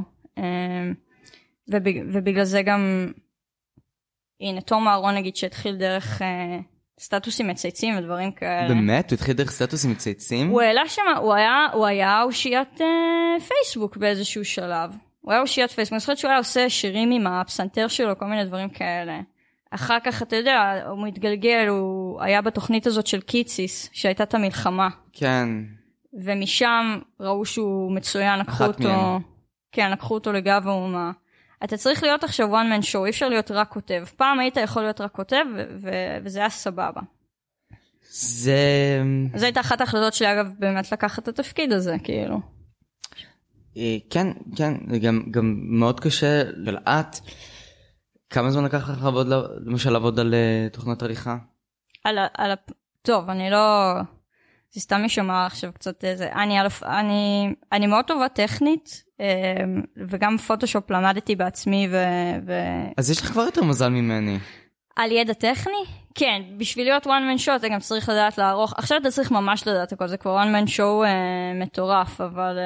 ובגלל זה גם, הנה, תום אהרון נגיד שהתחיל דרך סטטוסים מצייצים ודברים כאלה. באמת? הוא התחיל דרך סטטוסים מצייצים? הוא העלה שם, הוא היה אושיית פייסבוק באיזשהו שלב. הוא היה אושיית פייסבוק, אני זוכרת שהוא היה עושה שירים עם הפסנתר שלו, כל מיני דברים כאלה. אחר כך, אתה יודע, הוא מתגלגל, הוא היה בתוכנית הזאת של קיציס, שהייתה את המלחמה. כן. ומשם ראו שהוא מצוין, לקחו אותו, כן, לקחו אותו לגב האומה. אתה צריך להיות עכשיו one man show, אי אפשר להיות רק כותב. פעם היית יכול להיות רק כותב, וזה היה סבבה. זו הייתה אחת ההחלטות שלי, אגב, באמת לקחת את התפקיד הזה, כאילו. כן, כן, גם מאוד קשה ללעת. כמה זמן לקח לך למשל לעבוד על תוכנת עריכה? טוב, אני לא... זה סתם משמע עכשיו קצת איזה... אני מאוד טובה טכנית, וגם פוטושופ למדתי בעצמי אז יש לך כבר יותר מזל ממני. על ידע טכני? כן, בשביל להיות one man show אתה גם צריך לדעת לערוך, עכשיו אתה צריך ממש לדעת הכל, זה כבר one man show מטורף, אבל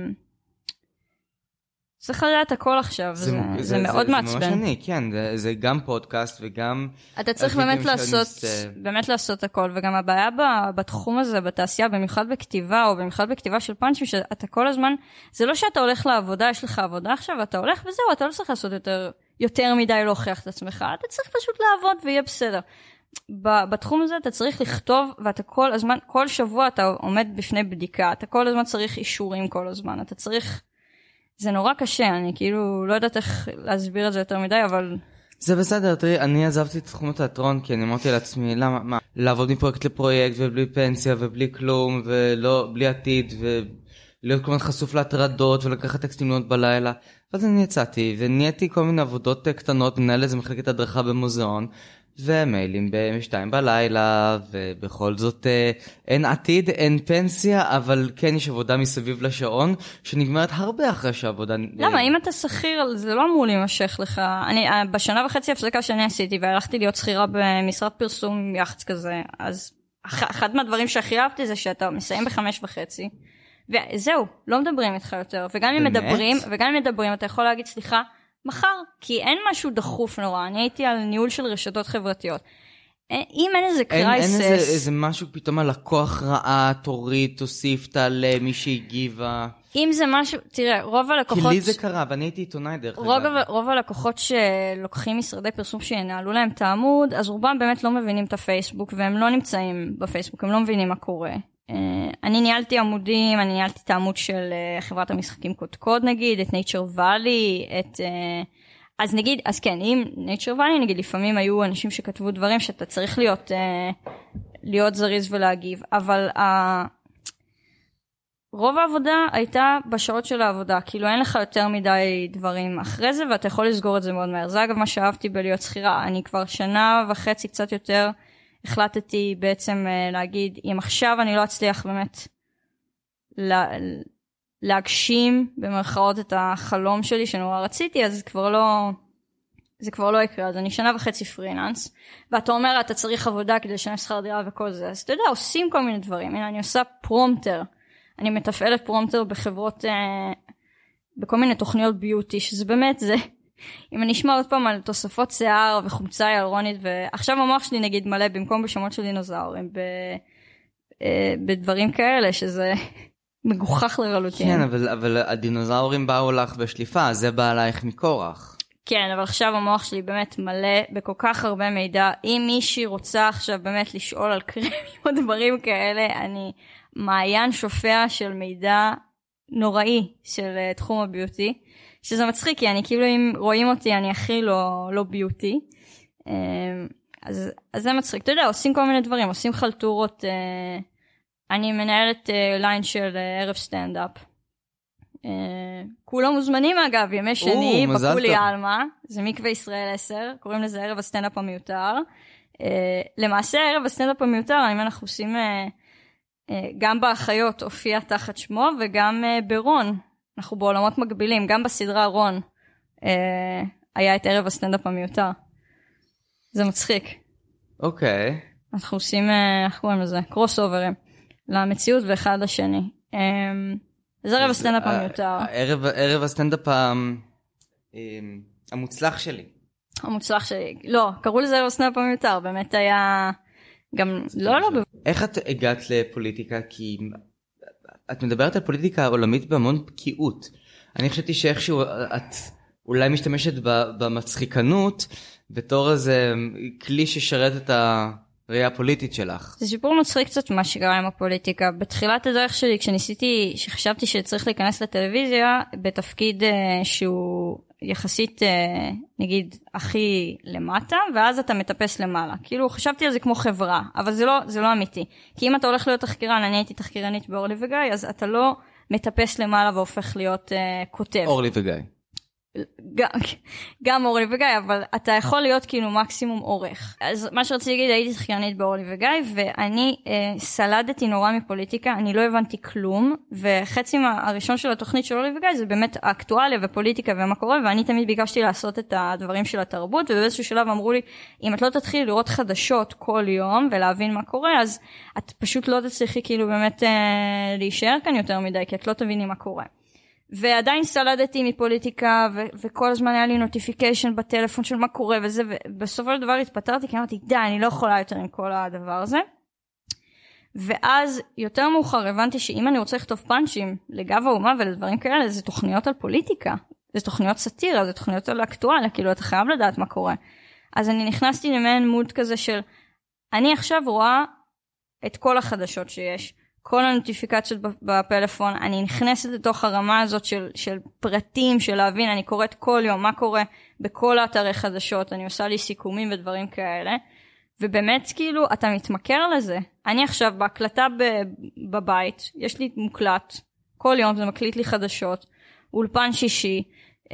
צריך לדעת הכל עכשיו, זה מאוד מעצבן. זה ממש אני, כן, זה גם פודקאסט וגם... אתה צריך באמת לעשות הכל, וגם הבעיה בתחום הזה, בתעשייה, במיוחד בכתיבה, או במיוחד בכתיבה של פאנצ'ים, שאתה כל הזמן, זה לא שאתה הולך לעבודה, יש לך עבודה עכשיו, אתה הולך וזהו, אתה לא צריך לעשות יותר מדי להוכיח את עצמך, אתה צריך פשוט לעבוד ויהיה בסדר. בתחום הזה אתה צריך לכתוב, ואתה כל הזמן, כל שבוע אתה עומד בפני בדיקה, אתה כל הזמן צריך אישורים כל הזמן, אתה צריך... זה נורא קשה, אני כאילו לא יודעת איך להסביר את זה יותר מדי, אבל... זה בסדר, תראי, אני עזבתי את תחום התיאטרון, כי אני אמרתי לעצמי, למה, מה? לעבוד מפרויקט לפרויקט, ובלי פנסיה, ובלי כלום, בלי עתיד, ולהיות כל הזמן חשוף להטרדות, ולקחת טקסטים לנות בלילה. ואז אני יצאתי, ונהייתי כל מיני עבודות קטנות, מנהל איזה מחלקת הדרכה במוזיאון, ומיילים ב-2 בלילה, ובכל זאת אין עתיד, אין פנסיה, אבל כן יש עבודה מסביב לשעון, שנגמרת הרבה אחרי שהעבודה... למה? אם אתה שכיר, זה לא אמור להימשך לך. בשנה וחצי הפסקה שאני עשיתי, והלכתי להיות שכירה במשרד פרסום יח"צ כזה, אז אחד מהדברים שהכי אהבתי זה שאתה מסיים ב5:30, וזהו, לא מדברים איתך יותר, וגם אם מדברים, אתה יכול להגיד סליחה, מחר, כי אין משהו דחוף נורא, אני הייתי על ניהול של רשתות חברתיות. אם אין איזה קרייסס... אין איזה משהו פתאום הלקוח רעה, תוריד, תוסיף, תעלה, מי שהגיבה. אם זה משהו, תראה, רוב הלקוחות... כי לי זה קרה, ואני הייתי עיתונאי דרך אגב. רוב הלקוחות שלוקחים משרדי פרסום שינהלו להם את העמוד, אז רובם באמת לא מבינים את הפייסבוק, והם לא נמצאים בפייסבוק, הם לא מבינים מה קורה. אני ניהלתי עמודים, אני ניהלתי את העמוד של חברת המשחקים קודקוד נגיד, את Nature Valley, אז כן, אם Nature Valley נגיד, לפעמים היו אנשים שכתבו דברים שאתה צריך להיות זריז ולהגיב, אבל רוב העבודה הייתה בשעות של העבודה, כאילו אין לך יותר מדי דברים אחרי זה, ואתה יכול לסגור את זה מאוד מהר. זה אגב מה שאהבתי בלהיות שכירה, אני כבר 1.5 שנה קצת יותר, החלטתי בעצם להגיד, אם עכשיו אני לא אצליח באמת להגשים במרכאות את החלום שלי שנורא רציתי, אז זה כבר לא יקרה. אז אני 1.5 שנה פרילנס, ואתה אומר, אתה צריך עבודה כדי לשלם שכר דירה וכל זה. אז אתה יודע, עושים כל מיני דברים. הנה, אני עושה פרומטר. אני מתפעלת פרומטר בחברות, בכל מיני תוכניות ביוטי, שזה באמת זה. אם אני אשמע עוד פעם על תוספות שיער וחומצה ילרונית, ועכשיו המוח שלי נגיד מלא במקום בשמות של דינוזאורים, בדברים כאלה, שזה מגוחך לרלוטין. כן, אבל הדינוזאורים באו לך בשליפה, זה בא עלייך מקורח. כן, אבל עכשיו המוח שלי באמת מלא בכל כך הרבה מידע. אם מישהי רוצה עכשיו באמת לשאול על קרמים או דברים כאלה, אני מעיין שופע של מידע נוראי של תחום הביוטי. שזה מצחיק, כי אני כאילו אם רואים אותי אני הכי לא ביוטי, אז זה מצחיק. אתה יודע, עושים כל מיני דברים, עושים חלטורות, אני מנהלת ליין של ערב סטנדאפ. כולם מוזמנים אגב, ימי שני, בקולי אלמה, זה מקווה ישראל 10, קוראים לזה ערב הסטנדאפ המיותר. למעשה ערב הסטנדאפ המיותר, אנחנו עושים גם באחיות הופיע תחת שמו, וגם ברון. אנחנו בעולמות מקבילים, גם בסדרה רון היה את ערב הסטנדאפ המיותר. זה מצחיק. אוקיי. אנחנו עושים, איך קוראים לזה? קרוס אוברים. למציאות ואחד לשני. זה ערב הסטנדאפ המיותר. ערב הסטנדאפ המוצלח שלי. המוצלח שלי. לא, קראו לזה ערב הסטנדאפ המיותר. באמת היה גם, לא. איך את הגעת לפוליטיקה? כי... את מדברת על פוליטיקה עולמית בהמון בקיאות. אני חשבתי שאיכשהו את אולי משתמשת במצחיקנות בתור איזה כלי ששרת את הראייה הפוליטית שלך. זה שיפור מצחיק קצת מה שקרה עם הפוליטיקה. בתחילת הדרך שלי, כשחשבתי שצריך להיכנס לטלוויזיה, בתפקיד שהוא יחסית, נגיד, הכי למטה, ואז אתה מטפס למעלה. כאילו, חשבתי על זה כמו חברה, אבל זה לא אמיתי. כי אם אתה הולך להיות תחקירן, אני הייתי תחקירנית באורלי וגיא, אז אתה לא מטפס למעלה והופך להיות כותב. אורלי וגיא. גם אורלי וגיא, אבל אתה יכול להיות כאילו מקסימום עורך. אז מה שרציתי להגיד, הייתי שחיינית באורלי וגיא, ואני סלדתי נורא מפוליטיקה, אני לא הבנתי כלום, וחצי הראשון של התוכנית של אורלי וגיא, זה באמת האקטואליה ופוליטיקה ומה קורה, ואני תמיד ביקשתי לעשות את הדברים של התרבות, ובאיזשהו שלב אמרו לי, אם את לא תתחילי לראות חדשות כל יום, ולהבין מה קורה, אז את פשוט לא תצליחי כאילו באמת להישאר כאן יותר מדי, כי את לא תביני מה קורה. ועדיין סלדתי מפוליטיקה, וכל הזמן היה לי נוטיפיקיישן בטלפון של מה קורה וזה, ובסופו של דבר התפטרתי, כי אמרתי, די, אני לא יכולה יותר עם כל הדבר הזה. ואז יותר מאוחר הבנתי שאם אני רוצה לכתוב פאנצ'ים לגב האומה ולדברים כאלה, זה תוכניות על פוליטיקה, זה תוכניות סאטירה, זה תוכניות על אקטואליה, כאילו אתה חייב לדעת מה קורה. אז אני נכנסתי למעין מוד כזה של, אני עכשיו רואה את כל החדשות שיש, כל הנוטיפיקציות בפלאפון, אני נכנסת לתוך הרמה הזאת של פרטים, של להבין, אני קוראת כל יום מה קורה בכל האתרי חדשות, אני עושה לי סיכומים ודברים כאלה, ובאמת כאילו אתה מתמכר לזה. אני עכשיו בהקלטה בבית, יש לי מוקלט, כל יום זה מקליט לי חדשות, אולפן שישי,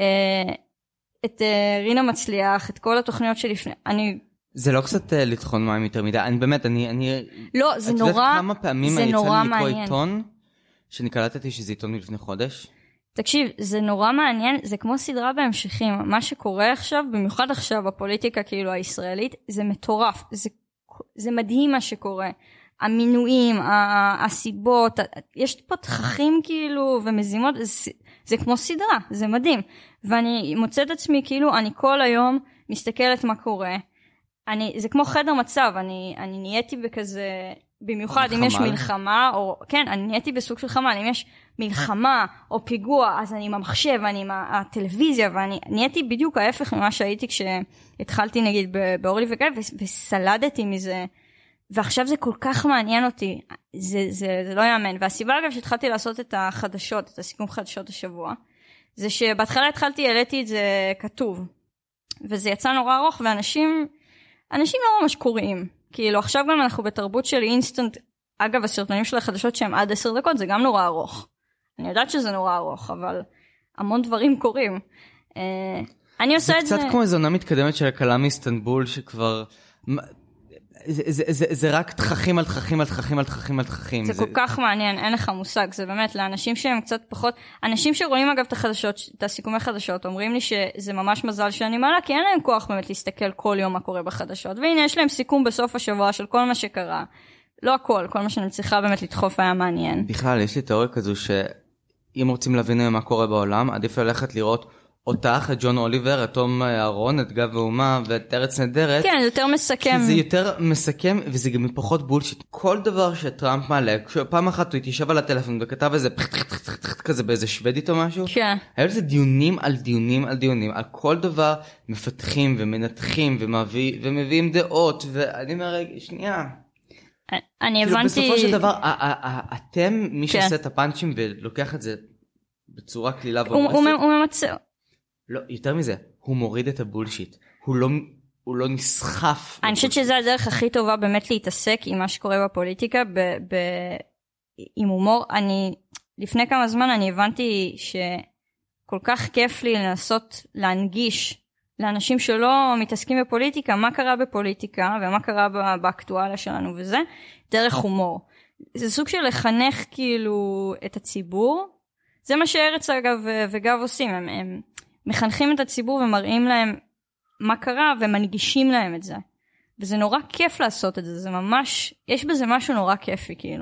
את רינה מצליח, את כל התוכניות שלפני, זה לא קצת לטחון מים יותר מדי, אני באמת, לא, זה נורא, את יודעת כמה פעמים זה יצא נורא לי לקרוא מעניין. עיתון, שאני קלטתי שזה עיתון מלפני חודש? תקשיב, זה נורא מעניין, זה כמו סדרה בהמשכים, מה שקורה עכשיו, במיוחד עכשיו, הפוליטיקה כאילו הישראלית, זה מטורף, זה מדהים מה שקורה, המינויים, הסיבות, יש פה תככים כאילו, ומזימות, זה כמו סדרה, זה מדהים, ואני מוצאת עצמי כאילו, אני כל היום מסתכלת מה קורה, זה כמו חדר מצב, אני נהייתי בכזה, במיוחד אם יש מלחמה, או כן, אני נהייתי בסוג של חמל, אם יש מלחמה או פיגוע, אז אני עם המחשב, אני עם הטלוויזיה, ואני נהייתי בדיוק ההפך ממה שהייתי כשהתחלתי נגיד באורלי וגיא, וסלדתי מזה, ועכשיו זה כל כך מעניין אותי, זה לא יאמן, והסיבה אגב שהתחלתי לעשות את החדשות, את הסיכום חדשות השבוע, זה שבהתחלה העליתי את זה כתוב, וזה יצא נורא ארוך, ואנשים לא ממש קוראים, כאילו עכשיו גם אנחנו בתרבות של אינסטנט, אגב הסרטונים של החדשות שהם עד 10 דקות, זה גם נורא ארוך, אני יודעת שזה נורא ארוך, אבל המון דברים קורים, אני עושה את זה... זה קצת כמו איזו עונה מתקדמת של הקלה מאיסטנבול, שכבר... זה רק תככים על תככים על תככים על תככים על תככים. זה כל כך מעניין, אין לך מושג, זה באמת לאנשים שהם קצת פחות, אנשים שרואים אגב את החדשות, את הסיכומי חדשות, אומרים לי שזה ממש מזל שאני מעלה, כי אין להם כוח באמת להסתכל כל יום מה קורה בחדשות, והנה יש להם סיכום בסוף השבוע של כל מה שקרה, לא הכל, כל מה שאני צריכה באמת לדחוף היה מעניין. בכלל, יש לי תיאוריה כזו שאם רוצים להבין מה קורה בעולם, עדיף ללכת לראות אותך, את ג'ון אוליבר, את תום אהרון, את גב האומה ואת ארץ נהדרת. כן, זה יותר מסכם. כי זה יותר מסכם וזה גם פחות בולשיט. כל דבר שטראמפ מעלה, פעם אחת הוא התיישב על הטלפון וכתב איזה כזה באיזה שוודית או משהו. כן. היה לזה דיונים על דיונים על דיונים. על כל דבר מפתחים ומנתחים ומביאים דעות. ואני אומר, שנייה. אני הבנתי... בסופו של דבר, אתם, מי שעושה את הפאנצ'ים ולוקח את זה בצורה כלילה ואומרסית. הוא ממצא... לא, יותר מזה, הוא מוריד את הבולשיט. הוא לא נסחף. אני חושבת שזה הדרך הכי טובה באמת להתעסק עם מה שקורה בפוליטיקה, עם הומור. לפני כמה זמן אני הבנתי שכל כך כיף לי לנסות להנגיש לאנשים שלא מתעסקים בפוליטיקה, מה קרה בפוליטיקה ומה קרה באקטואליה שלנו וזה, דרך הומור. זה סוג של לחנך כאילו את הציבור. זה מה שארץ אגב וגב עושים, הם מחנכים את הציבור ומראים להם מה קרה ומנגישים להם את זה. וזה נורא כיף לעשות את זה, זה ממש, יש בזה משהו נורא כיפי כאילו.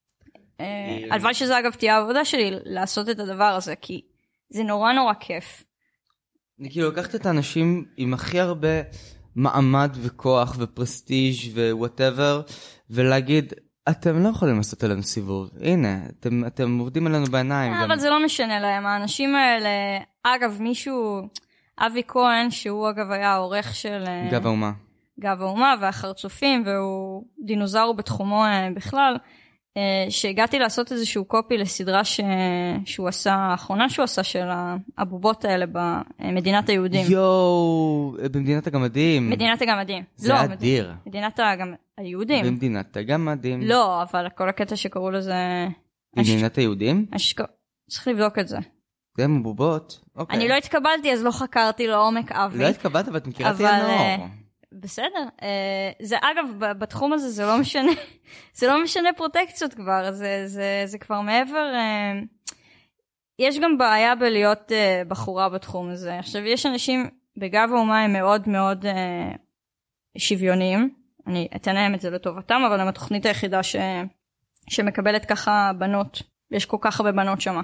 הלוואי שזה אגב תהיה העבודה שלי לעשות את הדבר הזה, כי זה נורא נורא כיף. אני כאילו לקחת את האנשים עם הכי הרבה מעמד וכוח ופרסטיג' ווואטאבר, ולהגיד, אתם לא יכולים לעשות עלינו סיבוב. הנה, אתם עובדים עלינו בעיניים. אבל זה לא משנה להם. האנשים האלה, אגב, מישהו, אבי כהן, שהוא אגב היה העורך של... גב האומה. גב האומה והחרצופים, והוא דינוזאור בתחומו בכלל, שהגעתי לעשות איזשהו קופי לסדרה שהוא עשה, האחרונה שהוא עשה של הבובות האלה במדינת היהודים. יואו, במדינת הגמדים. מדינת הגמדים. זה לא, אדיר. מדינת היהודים. במדינת הגמדים. לא, אבל כל הקטע שקראו לזה... מדינת היהודים? צריך לבדוק את זה. זה מבובות. אוקיי. אני לא התקבלתי, אז לא חקרתי לעומק אבי. לא התקבלת, אבל את מכירה את הנאור. בסדר. זה אגב, בתחום הזה זה לא משנה, זה לא משנה פרוטקציות כבר, זה כבר מעבר, יש גם בעיה בלהיות בחורה בתחום הזה. עכשיו, יש אנשים בגב האומה הם מאוד מאוד שוויוניים, אני אתן להם את זה לטובתם, אבל הם התוכנית היחידה שמקבלת ככה בנות, יש כל כך הרבה בנות שמה.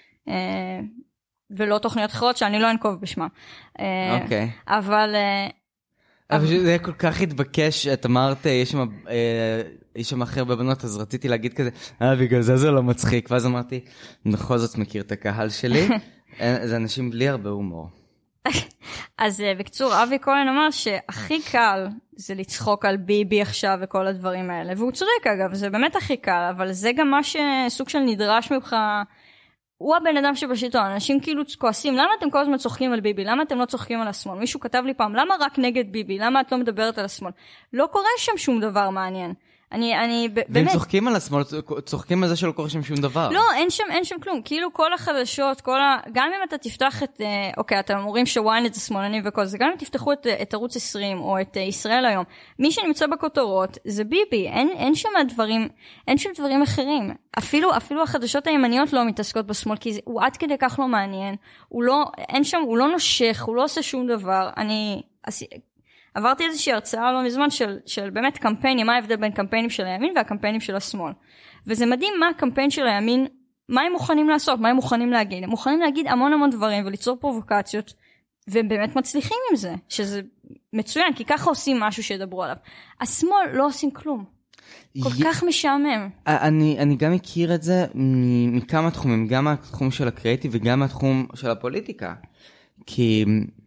ולא תוכניות אחרות שאני לא אנקוב בשמה. אוקיי. אבל זה כל כך התבקש, את אמרת, יש שם אחר בבנות, אז רציתי להגיד כזה, בגלל זה לא מצחיק, ואז אמרתי, בכל זאת מכיר את הקהל שלי, זה אנשים בלי הרבה הומור. אז בקצור, אבי כהן אמר שהכי קל זה לצחוק על ביבי עכשיו וכל הדברים האלה, והוא צודק אגב, זה באמת הכי קל, אבל זה גם מה שסוג של נדרש ממך, הוא הבן אדם שבשלטון, אנשים כאילו כועסים, למה אתם כל הזמן צוחקים על ביבי? למה אתם לא צוחקים על השמאל? מישהו כתב לי פעם, למה רק נגד ביבי? למה את לא מדברת על השמאל? לא קורה שם שום דבר מעניין. באמת. והם צוחקים על השמאל, צוחקים על זה שלא קורה שם שום דבר. לא, אין שם כלום. כאילו כל החדשות, גם אם אתה תפתח את, אוקיי, אתם אומרים שוויינט זה שמאלני וכל זה, גם אם תפתחו את ערוץ 20 או את ישראל היום, מי שנמצא בכותרות זה ביבי. אין שם דברים אחרים. אפילו החדשות הימניות לא מתעסקות בשמאל, כי הוא עד כדי כך לא מעניין. הוא לא נושך, הוא לא עושה שום דבר. עברתי איזושהי הרצאה לא מזמן של באמת קמפיינים, מה ההבדל בין קמפיינים של הימין והקמפיינים של השמאל. וזה מדהים מה הקמפיין של הימין, מה הם מוכנים לעשות, מה הם מוכנים להגיד. הם מוכנים להגיד המון דברים וליצור פרובוקציות, והם באמת מצליחים עם זה, שזה מצוין, כי ככה עושים משהו שידברו עליו. השמאל לא עושים כלום. כל כך משעמם. אני גם מכיר את זה מכמה תחומים, גם מהתחום של הקריאיטיב וגם מהתחום של הפוליטיקה. כי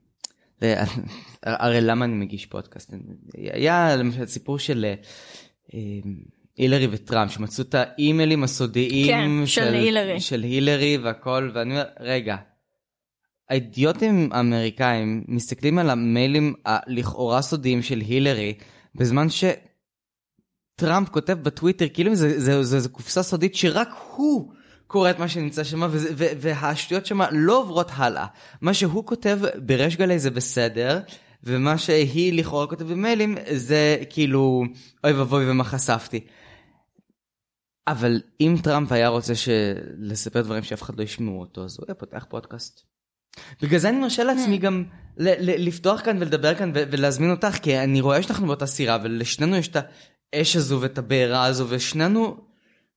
הרי למה אני מגיש פודקאסט? היה למשל סיפור של הילרי וטראמפ, שמצאו את האימיילים הסודיים של הילרי והכל, ואני אומר, רגע, האידיוטים האמריקאים מסתכלים על המיילים הלכאורה סודיים של הילרי, בזמן שטראמפ כותב בטוויטר, כאילו זה קופסה סודית שרק הוא קורא את מה שנמצא שם, והשטויות שם לא עוברות הלאה. מה שהוא כותב בריש גלי זה בסדר, ומה שהיא לכאורה כותב במיילים זה כאילו, אוי ובוי ומה חשפתי. אבל אם טראמפ היה רוצה לספר דברים שאף אחד לא ישמעו אותו, אז הוא היה פותח פודקאסט. בגלל זה אני מרשה לעצמי גם לפתוח כאן ולדבר כאן ולהזמין אותך, כי אני רואה שאנחנו באותה סירה, ולשנינו יש את האש הזו ואת הבעירה הזו, ושנינו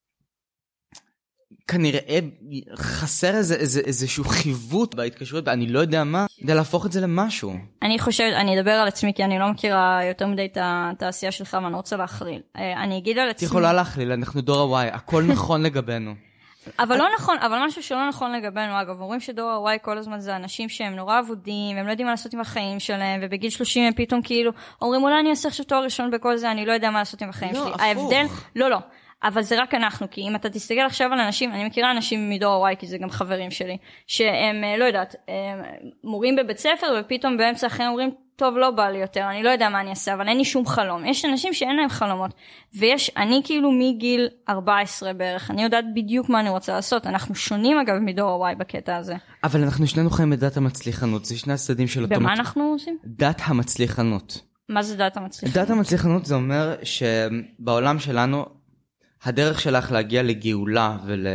כנראה חסר איזשהו חיווט בהתקשרות, אני לא יודע מה, כדי להפוך את זה למשהו. אני חושבת, אני אדבר על עצמי, כי אני לא מכירה יותר מדי את התעשייה שלך, ואני רוצה להכליל. אני אגיד על עצמי. את יכולה להכליל, אנחנו דור הוואי, הכל נכון לגבינו. אבל לא נכון, אבל משהו שלא נכון לגבינו, אגב, אומרים שדור הוואי כל הזמן זה אנשים שהם נורא עבודים, הם לא יודעים מה לעשות עם החיים שלהם, ובגיל 30 הם פתאום כאילו, אומרים אולי אני אעשה עכשיו תואר ראשון בכל זה, אני לא יודע מה לעשות עם החיים שלי. ההבדל, לא. אבל זה רק אנחנו, כי אם אתה תסתכל עכשיו על אנשים, אני מכירה אנשים מדור הוואי, כי זה גם חברים שלי, שהם, לא יודעת, מורים בבית ספר, ופתאום באמצע אחרי אומרים, טוב, לא בא לי יותר, אני לא יודע מה אני אעשה, אבל אין לי שום חלום. יש אנשים שאין להם חלומות, אני כאילו מגיל 14 בערך, אני יודעת בדיוק מה אני רוצה לעשות, אנחנו שונים אגב מדור הוואי בקטע הזה. אבל אנחנו שנינו חיים בדת המצליחנות, זה שני הצדדים של אותו... במה אנחנו עושים? דת המצליחנות. מה זה דת המצליחנות? דת המצליחנות זה אומר שבעולם שלנו, הדרך שלך להגיע לגאולה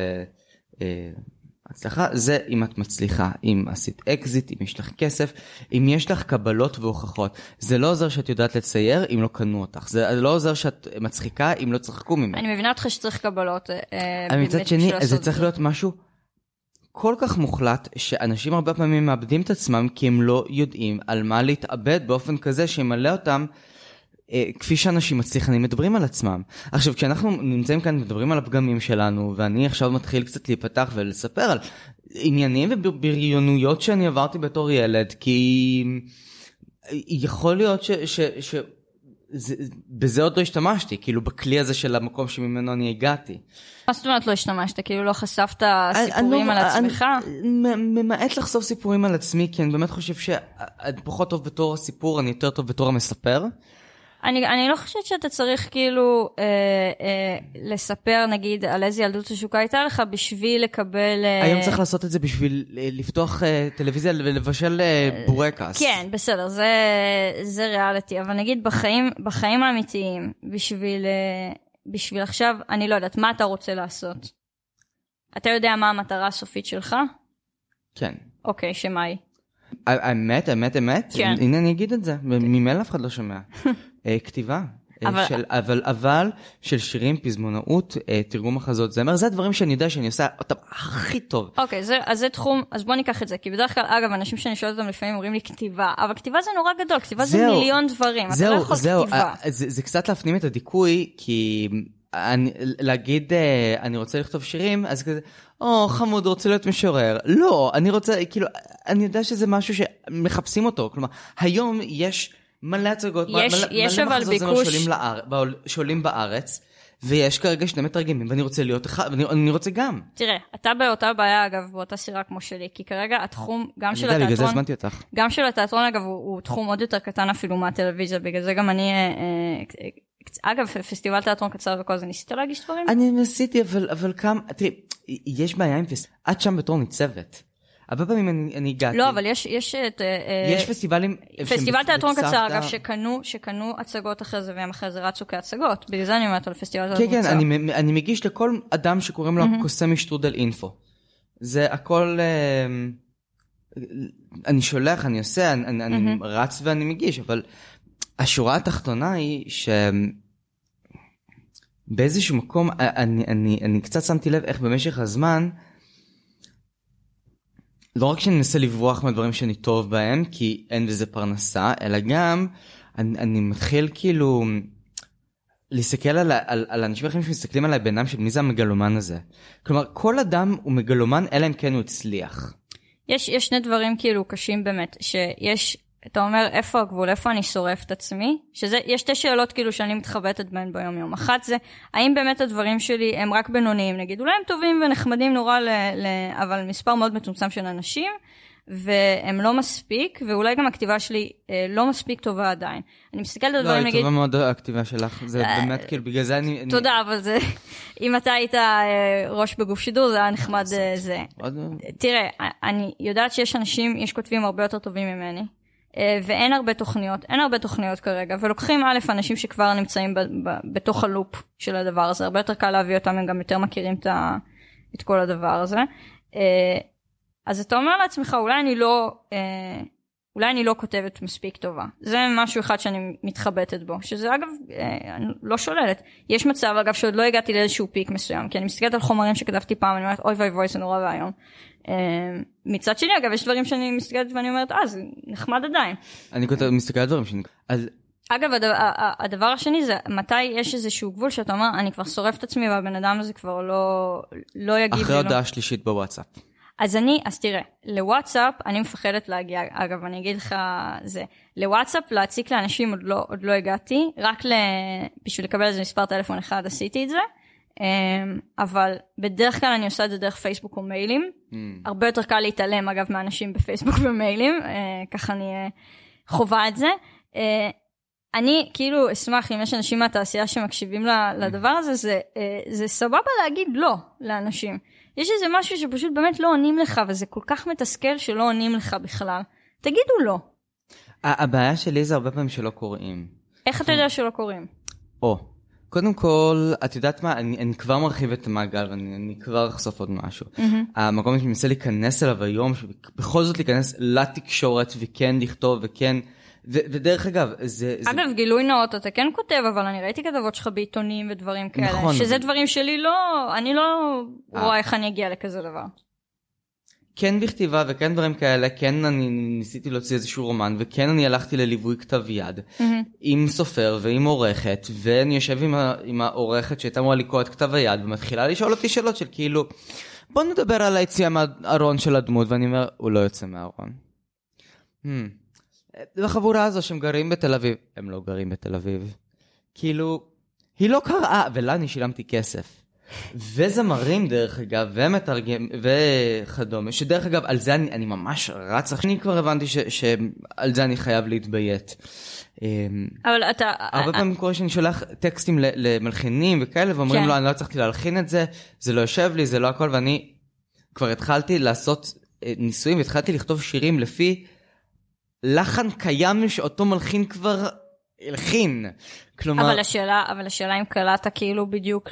ולהצלחה, זה אם את מצליחה, אם עשית אקזיט, אם יש לך כסף, אם יש לך קבלות והוכחות. זה לא עוזר שאת יודעת לצייר אם לא קנו אותך. זה לא עוזר שאת מצחיקה אם לא צחקו ממך. אני מבינה אותך שצריך קבלות. מצד שני, זה צריך להיות משהו כל כך מוחלט, שאנשים הרבה פעמים מאבדים את עצמם, כי הם לא יודעים על מה להתאבד באופן כזה שימלא אותם, כפי שאנשים מצליחנים מדברים על עצמם. עכשיו, כשאנחנו נמצאים כאן מדברים על הפגמים שלנו, ואני עכשיו מתחיל קצת להיפתח ולספר על עניינים ובריונויות שאני עברתי בתור ילד, כי יכול להיות בזה עוד לא השתמשתי, כאילו בכלי הזה של המקום שממנו אני הגעתי. מה זאת אומרת לא השתמשת? כאילו לא חשפת סיפורים על עצמך? ממעט לחשוף סיפורים על עצמי, כי אני באמת חושב שאני פחות טוב בתור הסיפור, אני יותר טוב בתור המספר. אני לא חושבת שאתה צריך כאילו לספר נגיד על איזה ילדות השוקה הייתה לך בשביל לקבל... היום צריך לעשות את זה בשביל לפתוח טלוויזיה ולבשל בורקס. כן, בסדר, זה ריאליטי, אבל נגיד בחיים האמיתיים, בשביל עכשיו, אני לא יודעת, מה אתה רוצה לעשות? אתה יודע מה המטרה הסופית שלך? כן. אוקיי, שמה היא? האמת? כן. הנה אני אגיד את זה, ממילא אף אחד לא שומע. כתיבה. אבל של שירים, פזמונאות, תרגום מחזות זמר, זה הדברים שאני יודע שאני עושה אותם הכי טוב. אוקיי, אז זה תחום, אז בוא ניקח את זה, כי בדרך כלל, אגב, אנשים שאני שואלת אותם לפעמים אומרים לי כתיבה, אבל כתיבה זה נורא גדול, כתיבה זה מיליון דברים, אתה לא יכול כתיבה. זה קצת להפנים את הדיכוי, כי להגיד, אני רוצה לכתוב שירים, אז כזה, חמוד, רוצה להיות משורר. לא, אני רוצה, כאילו, אני יודע שזה משהו שמחפשים אותו, כלומר, היום יש מלא הצגות, מלא מחזות זמר שעולים בארץ, ויש כרגע שני מתרגמים, ואני רוצה להיות אחד, ואני רוצה גם. תראה, אתה באותה בעיה, אגב, באותה סירה כמו שלי, כי כרגע התחום, גם של התיאטרון, בגלל זה הזמנתי אותך. גם של התיאטרון, אגב, הוא תחום עוד יותר קטן אפילו מהטלוויזיה, בגלל זה גם אני, אגב, פסטיבל תיאטרון קצר וכל זה, ניסית להגיש דברים? אני ניסיתי, אבל כמה, תראי, יש בעיה עם את שם בתור ניצבת. הרבה פעמים אני הגעתי. לא, אבל יש פסטיבלים... פסטיבל תיאטרון קצר, אגב, שקנו הצגות אחרי זה, והם אחרי זה רצו כהצגות. בגלל זה אני אומרת על פסטיבל תיאטרון קצר. כן, אני מגיש לכל אדם שקוראים לו קוסם משטרודל אינפו. זה הכל... אני שולח, אני עושה, אני רץ ואני מגיש, אבל השורה התחתונה היא באיזשהו מקום, אני קצת שמתי לב איך במשך הזמן, לא רק שאני מנסה לברוח מהדברים שאני טוב בהם, כי אין בזה פרנסה, אלא גם אני מתחיל כאילו להסתכל על אנשים אחרים שמסתכלים עליי בעיניים של מי זה המגלומן הזה. כלומר, כל אדם הוא מגלומן, אלא אם כן הוא הצליח. יש שני דברים כאילו קשים באמת, שיש, אתה אומר, איפה הגבול, איפה אני שורף את עצמי? יש שתי שאלות כאילו שאני מתחבטת בהן ביום יום. אחת זה, האם באמת הדברים שלי הם רק בינוניים, נגיד, אולי הם טובים ונחמדים נורא, אבל מספר מאוד מצומצם של אנשים, והם לא מספיק, ואולי גם הכתיבה שלי לא מספיק טובה עדיין. אני מסתכלת על דברים, נגיד... לא, היא טובה מאוד הכתיבה שלך, זה באמת כאילו, בגלל זה אני... תודה, אבל זה... אם אתה היית ראש בגוף שידור, זה היה נחמד זה. תראה, אני יודעת שיש אנשים, יש כותבים הרבה יותר טובים ממני, ואין הרבה תוכניות כרגע, ולוקחים א' אנשים שכבר נמצאים בתוך הלופ של הדבר הזה, הרבה יותר קל להביא אותם, הם גם יותר מכירים את כל הדבר הזה. אז אתה אומר לעצמך, אולי אני לא כותבת מספיק טובה. זה משהו אחד שאני מתחבטת בו, שזה אגב, אני לא שוללת. יש מצב אגב שעוד לא הגעתי לאיזשהו פיק מסוים, כי אני מסתכלת על חומרים שכתבתי פעם, אני אומרת, אוי ואי, זה נורא והיום. מצד שני, אגב, יש דברים שאני מסתכלת ואני אומרת, זה נחמד עדיין. אני מסתכלת על דברים אגב, הדבר השני זה, מתי יש איזשהו גבול שאתה אומר, אני כבר שורף את עצמי, והבן אדם הזה כבר לא יגיב. אחרי הודעה שלישית בוואטסאפ. אז תראה, לוואטסאפ אני מפחדת להגיע, אגב, אני אגיד לך זה, לוואטסאפ להציק לאנשים עוד לא הגעתי, רק בשביל לקבל איזה מספר טלפון אחד עשיתי את זה, אבל בדרך כלל אני עושה את זה דרך פייסבוק או מיילים, הרבה יותר קל להתעלם אגב מאנשים בפייסבוק ומיילים, ככה אני חובה את זה, אני כאילו אשמח אם יש אנשים מהתעשייה שמקשיבים לדבר הזה, זה סבבה להגיד לא לאנשים, יש איזה משהו שפשוט באמת לא עונים לך, וזה כל כך מתסכל שלא עונים לך בכלל. תגידו לא. הבעיה שלי זה הרבה פעמים שלא קוראים. איך אתה יודע שלא קוראים? קודם כל, את יודעת מה, אני כבר מרחיב את המעגל, ואני כבר אחשוף עוד משהו. המקום שאני מנסה להיכנס אליו היום, בכל זאת להיכנס לתקשורת, וכן לכתוב, וכן... ודרך אגב, אגב, גילוי נאות, אתה כן כותב, אבל אני ראיתי כתבות שלך בעיתונים ודברים כאלה, נכון, שזה דברים שלי אני לא רואה איך אני אגיע לכזה דבר. כן בכתיבה וכן דברים כאלה, כן אני ניסיתי להוציא איזשהו רומן, וכן אני הלכתי לליווי כתב יד, עם סופר ועם עורכת, ואני יושב עם העורכת שהייתה אמורה לקרוא את כתב היד, ומתחילה לשאול אותי שאלות של כאילו, בוא נדבר על היציאה מהארון של הדמות, ואני אומר, הוא לא יוצא מהארון. לחבורה הזו שהם גרים בתל אביב, הם לא גרים בתל אביב. כאילו, היא לא קראה, ולה אני שילמתי כסף. וזמרים דרך אגב, ומתרגם, וכדומה, שדרך אגב, על זה אני ממש רץ, אני כבר הבנתי שעל זה אני חייב להתביית. אבל אתה... הרבה פעמים קורה שאני שולח טקסטים למלחינים וכאלה, ואומרים לו, אני לא הצלחתי להלחין את זה, זה לא יושב לי, זה לא הכל, ואני כבר התחלתי לעשות ניסויים, והתחלתי לכתוב שירים לפי לחן קיים שאותו מלחין כבר הלחין. כלומר... אבל השאלה אם קלעת כאילו בדיוק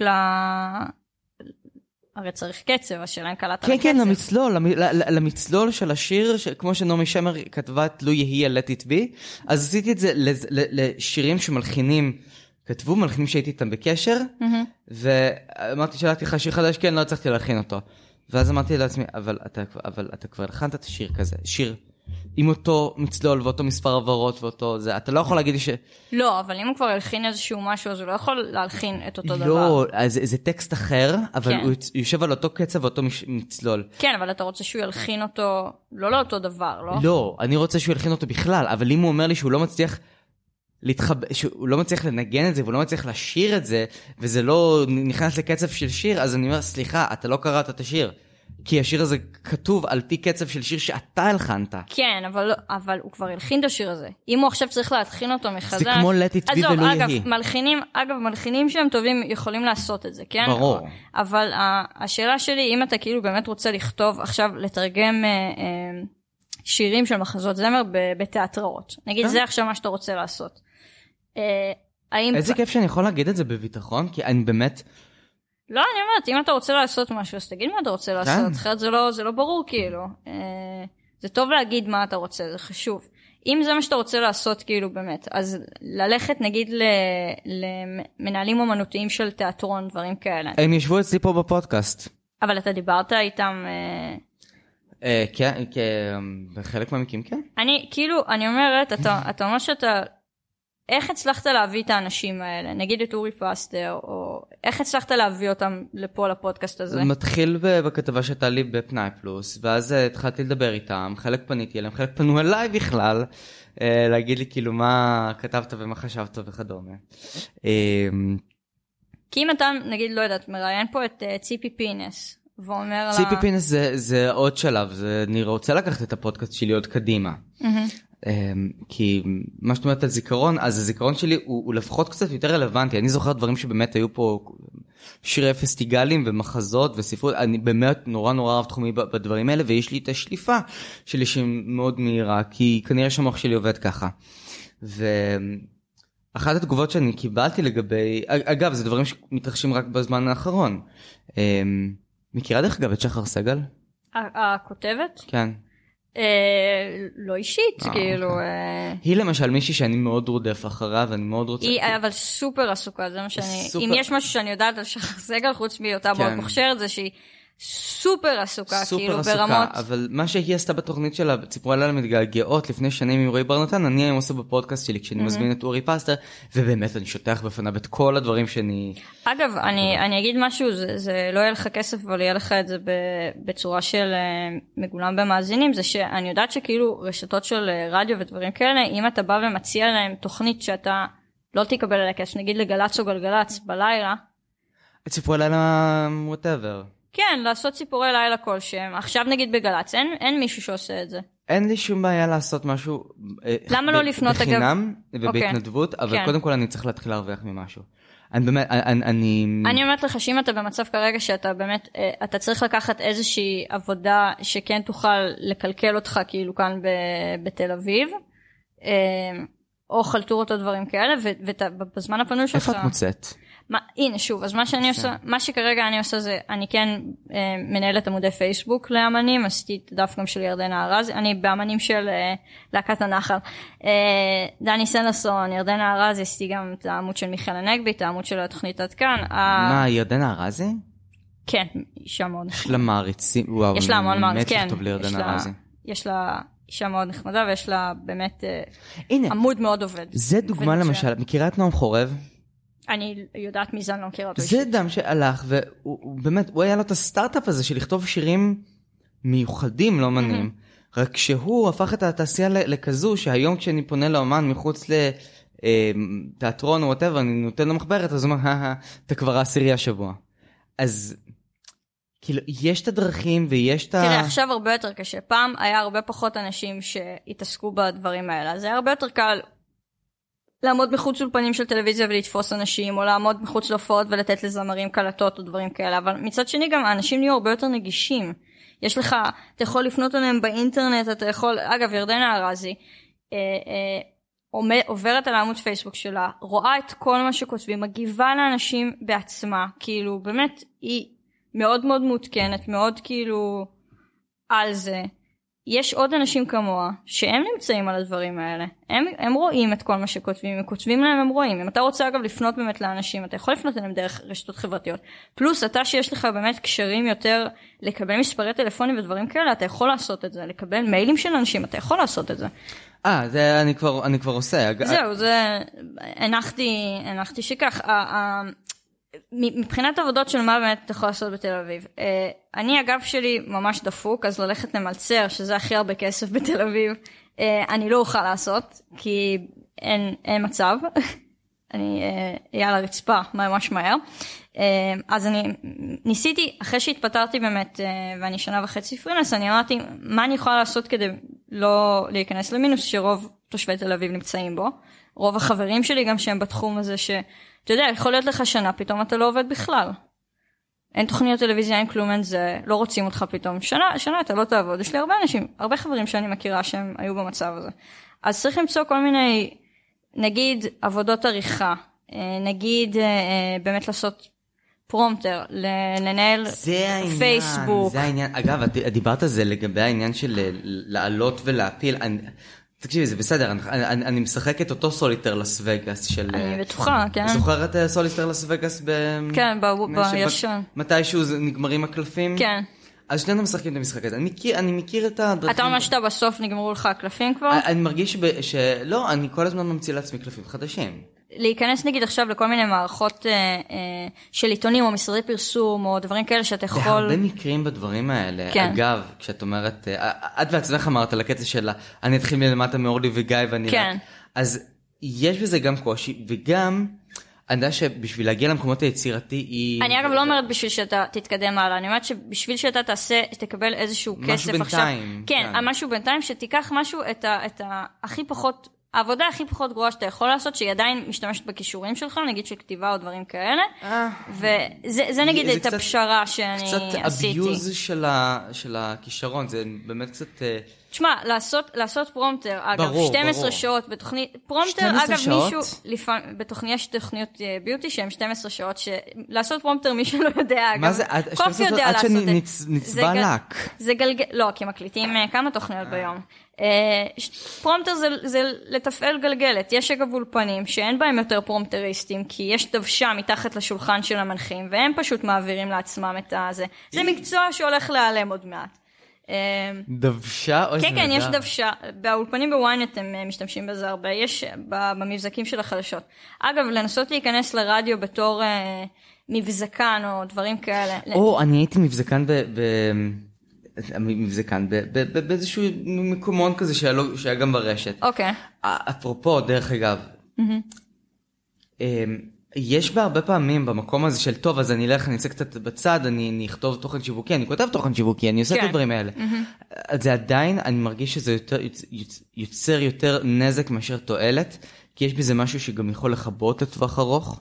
הרי צריך קצב, השאלה אם קלעת לקצב. כן, למצלול של השיר, כמו שנעמי שמר כתבה את לו יהיה let it be, אז עשיתי את זה לשירים שמלחינים, כתבו מלחינים שהייתי איתם בקשר, ואמרתי, שאלתי לך שיר חדש, כן, לא הצלחתי להלחין אותו. ואז אמרתי לעצמי, אבל אתה כבר הלחנת את השיר כזה, שיר עם אותו מצלול ואותו מספר עברות ואותו זה, אתה לא יכול להגיד ש... לא, אבל אם הוא כבר הלחין איזשהו משהו, אז הוא לא יכול להלחין את אותו דבר. לא, אז זה טקסט אחר, אבל הוא יושב על אותו קצב ואותו מצלול. כן, אבל אתה רוצה שהוא ילחין אותו, לא לאותו דבר, לא? לא, אני רוצה שהוא ילחין אותו בכלל, אבל אם הוא אומר לי שהוא לא מצליח שהוא לא מצליח לנגן את זה, והוא לא מצליח לשיר את זה, וזה לא נכנס לקצב של שיר, אז אני אומר, סליחה, אתה לא קראת את השיר. כי השיר הזה כתוב על פי קצב של שיר שאתה הלחנת. כן, אבל הוא כבר הלחין את השיר הזה. אם הוא עכשיו צריך להלחין אותו מחדש... זה כמו let it be ולא יהי. מלחינים שהם טובים יכולים לעשות את זה, כן? ברור. אבל השאלה שלי, אם אתה כאילו באמת רוצה לכתוב, עכשיו לתרגם שירים של מחזות זמר בתיאטראות. נגיד, זה עכשיו מה שאתה רוצה לעשות. איזה כיף שאני יכול להגיד את זה בביטחון, כי אני באמת... לא, אני אומרת, אם אתה רוצה לעשות משהו, אז תגיד מה אתה רוצה לעשות, אחרת זה לא ברור כאילו. זה טוב להגיד מה אתה רוצה, זה חשוב. אם זה מה שאתה רוצה לעשות כאילו באמת, אז ללכת נגיד למנהלים אומנותיים של תיאטרון, דברים כאלה. הם ישבו אצלי פה בפודקאסט. אבל אתה דיברת איתם... כן, בחלק מהמקרים כן. אני אומרת, אתה אומר שאתה... איך הצלחת להביא את האנשים האלה? נגיד את אורי פסטר, או איך הצלחת להביא אותם לפה לפודקאסט הזה? מתחיל בכתבה שהייתה לי בפנאי פלוס, ואז התחלתי לדבר איתם, חלק פניתי אליהם, חלק פנו אליי בכלל, להגיד לי כאילו מה כתבת ומה חשבת וכדומה. כי אם אתה, נגיד, לא יודעת, מראיין פה את ציפי פינס, ואומר לה... ציפי פינס זה עוד שלב, אני רוצה לקחת את הפודקאסט שלי עוד קדימה. כי מה שאת אומרת על זיכרון, אז הזיכרון שלי הוא לפחות קצת יותר רלוונטי. אני זוכר דברים שבאמת היו פה שירי פסטיגלים ומחזות וספרות. אני באמת נורא רב תחומי בדברים האלה, ויש לי את השליפה שלי שהיא מאוד מהירה, כי כנראה שהמוח שלי עובד ככה. ואחת התגובות שאני קיבלתי לגבי, אגב, זה דברים שמתרחשים רק בזמן האחרון. מכירה דרך אגב את שחר סגל? הכותבת? כן. לא אישית, כאילו... היא למשל מישהי שאני מאוד רודף אחריה, ואני מאוד רוצה... היא אבל סופר עסוקה, זה מה שאני... אם יש משהו שאני יודעת על שחר סגל, חוץ מהיותה מאוד מוכשרת, זה שהיא סופר עסוקה, כאילו ברמות... אבל מה שהיא עשתה בתוכנית שלה, סיפרו עליה למתגעגעות לפני שנים עם אורי בר-נתן, אני היום עושה בפודקאסט שלי, כשאני מזמין את אורי פסטר, ובאמת אני שותח בפניו את כל הדברים שאני... אגב, אני אגיד משהו, זה לא יהיה לך כסף, אבל יהיה לך את זה בצורה של מגולם במאזינים, זה שאני יודעת שכאילו רשתות של רדיו ודברים כאלה, אם אתה בא ומציע להם תוכנית שאתה לא תקבל עליה כסף, נגיד לגלץ או גלגלץ בלילה. סיפרו עליה whatever. כן, לעשות סיפורי לילה כלשהם. עכשיו נגיד בגלץ, אין מישהו שעושה את זה. אין לי שום בעיה לעשות משהו למה לא לפנות בחינם ובהתנדבות, אבל קודם כל אני צריך להתחיל להרוויח ממשהו. אני אומרת לך שאם אתה במצב כרגע שאתה באמת, אתה צריך לקחת איזושהי עבודה שכן תוכל לקלקל אותך כאילו כאן בתל אביב, או חלטורות או דברים כאלה, ובזמן הפנוי שלך... איפה את מוצאת? הנה שוב, אז מה שכרגע אני עושה זה, אני כן מנהלת עמודי פייסבוק לאמנים, עשיתי את הדף גם של ירדנה ארזי, אני באמנים של להקת הנחל, דני סנסון, ירדנה ארזי, עשיתי גם את העמוד של מיכאל הנגבי, את העמוד של התוכנית עד כאן. מה, ירדנה ארזי? כן, אישה מאוד נחמדה. יש לה מעריצים, וואו, יש לה המון מעריצים, כן. טוב לירדנה ארזי. יש לה אישה מאוד נחמדה, ויש לה באמת עמוד מאוד עובד. זה דוגמה למשל, מכירה את נועם חורב? אני יודעת מי זה, אני לא מכירה אותו. זה אדם שהלך, והוא באמת, הוא היה לו את הסטארט-אפ הזה של לכתוב שירים מיוחדים, לא מנים. רק שהוא הפך את התעשייה לכזו, שהיום כשאני פונה לאומן מחוץ לתיאטרון או whatever, אני נותן לו מחברת, אז הוא אומר, אתה כבר העשירי השבוע. אז כאילו, יש את הדרכים ויש את ה... תראה, עכשיו הרבה יותר קשה. פעם היה הרבה פחות אנשים שהתעסקו בדברים האלה. אז היה הרבה יותר קל לעמוד מחוץ לאולפנים של טלוויזיה ולתפוס אנשים, או לעמוד מחוץ להופעות ולתת לזמרים קלטות או דברים כאלה. אבל מצד שני גם האנשים נהיו הרבה יותר נגישים. יש לך, אתה יכול לפנות אליהם באינטרנט, אתה יכול, אגב, ירדנה ארזי, עוברת על העמוד פייסבוק שלה, רואה את כל מה שכותבים, מגיבה לאנשים בעצמה, כאילו, באמת, היא מאוד מאוד מותקנת, מאוד כאילו על זה. יש עוד אנשים כמוה שהם נמצאים על הדברים האלה. הם רואים את כל מה שכותבים, הם כותבים להם, הם רואים. אם אתה רוצה אגב לפנות באמת לאנשים, אתה יכול לפנות אליהם דרך רשתות חברתיות. פלוס אתה שיש לך באמת קשרים יותר לקבל מספרי טלפונים ודברים כאלה, אתה יכול לעשות את זה. לקבל מיילים של אנשים, אתה יכול לעשות את זה. זה אני כבר עושה. זהו, הנחתי שכך. מבחינת עבודות של מה באמת אתה יכול לעשות בתל אביב. אני הגב שלי ממש דפוק, אז ללכת למלצר, שזה הכי הרבה כסף בתל אביב, אני לא אוכל לעשות, כי אין מצב. אני אהיה על הרצפה ממש מהר. אז אני ניסיתי, אחרי שהתפטרתי באמת, ואני 1.5 שנה פרילנס, אני אמרתי, מה אני יכולה לעשות כדי לא להיכנס למינוס, שרוב תושבי תל אביב נמצאים בו. רוב החברים שלי גם שהם בתחום הזה אתה יודע, יכול להיות לך שנה, פתאום אתה לא עובד בכלל. אין תוכניות טלוויזיה, אין כלום, אין זה, לא רוצים אותך פתאום. שנה אתה לא תעבוד. יש לי הרבה אנשים, הרבה חברים שאני מכירה שהם היו במצב הזה. אז צריך למצוא כל מיני, נגיד, עבודות עריכה, נגיד, באמת לעשות פרומטר, לנהל פייסבוק. זה העניין. אגב, דיברת על זה לגבי העניין של לעלות ולהפיל. תקשיבי, זה בסדר, אני משחק את אותו סוליטר לס וגאס של... אני בטוחה, כן. זוכרת סוליטר לס וגאס כן, בישן. מתישהו נגמרים הקלפים? כן. אז שנינו משחקים את המשחק הזה. אני מכיר את הדרכים... אתה ממש בסוף נגמרו לך הקלפים כבר? אני מרגיש שלא, אני כל הזמן ממציא לעצמי קלפים חדשים. להיכנס נגיד עכשיו לכל מיני מערכות של עיתונים או משרדי פרסום או דברים כאלה שאתה יכול... בהרבה מקרים בדברים האלה. כן. אגב, כשאת אומרת, את בעצמך אמרת על הקטע שלה, אני אתחיל מלמטה מאורלי וגיא ואני... כן. אז יש בזה גם קושי, וגם אני יודע שבשביל להגיע למקומות היצירתי אני אגב לא אומרת בשביל שאתה תתקדם הלאה, אני אומרת שבשביל שאתה תקבל איזשהו כסף עכשיו... משהו בינתיים. כן, משהו בינתיים שתיקח משהו את הכי פחות... העבודה הכי פחות גרועה שאתה יכול לעשות, שהיא עדיין משתמשת בכישורים שלך, נגיד של כתיבה או דברים כאלה, וזה נגיד את הפשרה שאני עשיתי. קצת אביוז של הכישרון, זה באמת קצת... תשמע, לעשות פרומטר, אגב, 12 שעות בתוכנית, פרומטר, אגב, מישהו, בתוכנית יש תוכניות ביוטי שהן 12 שעות, לעשות פרומטר מישהו לא יודע, אגב, מה זה? קופי יודע לעשות את זה. עד שנצבע לק. זה גלגל, לא, כי מקליטים כמה תוכניות ביום. פרומטר זה לתפעל גלגלת. יש אגב אולפנים שאין בהם יותר פרומטריסטים, כי יש דוושה מתחת לשולחן של המנחים, והם פשוט מעבירים לעצמם את הזה. זה מקצוע שהולך להיעלם עוד מעט. דוושה? כן, כן, יש דוושה. באולפנים בוויינט הם משתמשים בזה הרבה. יש במבזקים של החדשות. אגב, לנסות להיכנס לרדיו בתור מבזקן או דברים כאלה. אני הייתי מבזקן מבזקן באיזשהו מקומון כזה שהיה גם ברשת. אוקיי. אפרופו, דרך אגב, יש בה הרבה פעמים במקום הזה של טוב, אז אני אצא קצת בצד, אני אכתוב תוכן שיווקי, אני כותב תוכן שיווקי, אני עושה את הדברים האלה. זה עדיין, אני מרגיש שזה יוצר יותר נזק מאשר תועלת, כי יש בזה משהו שגם יכול לחבות לטווח ארוך.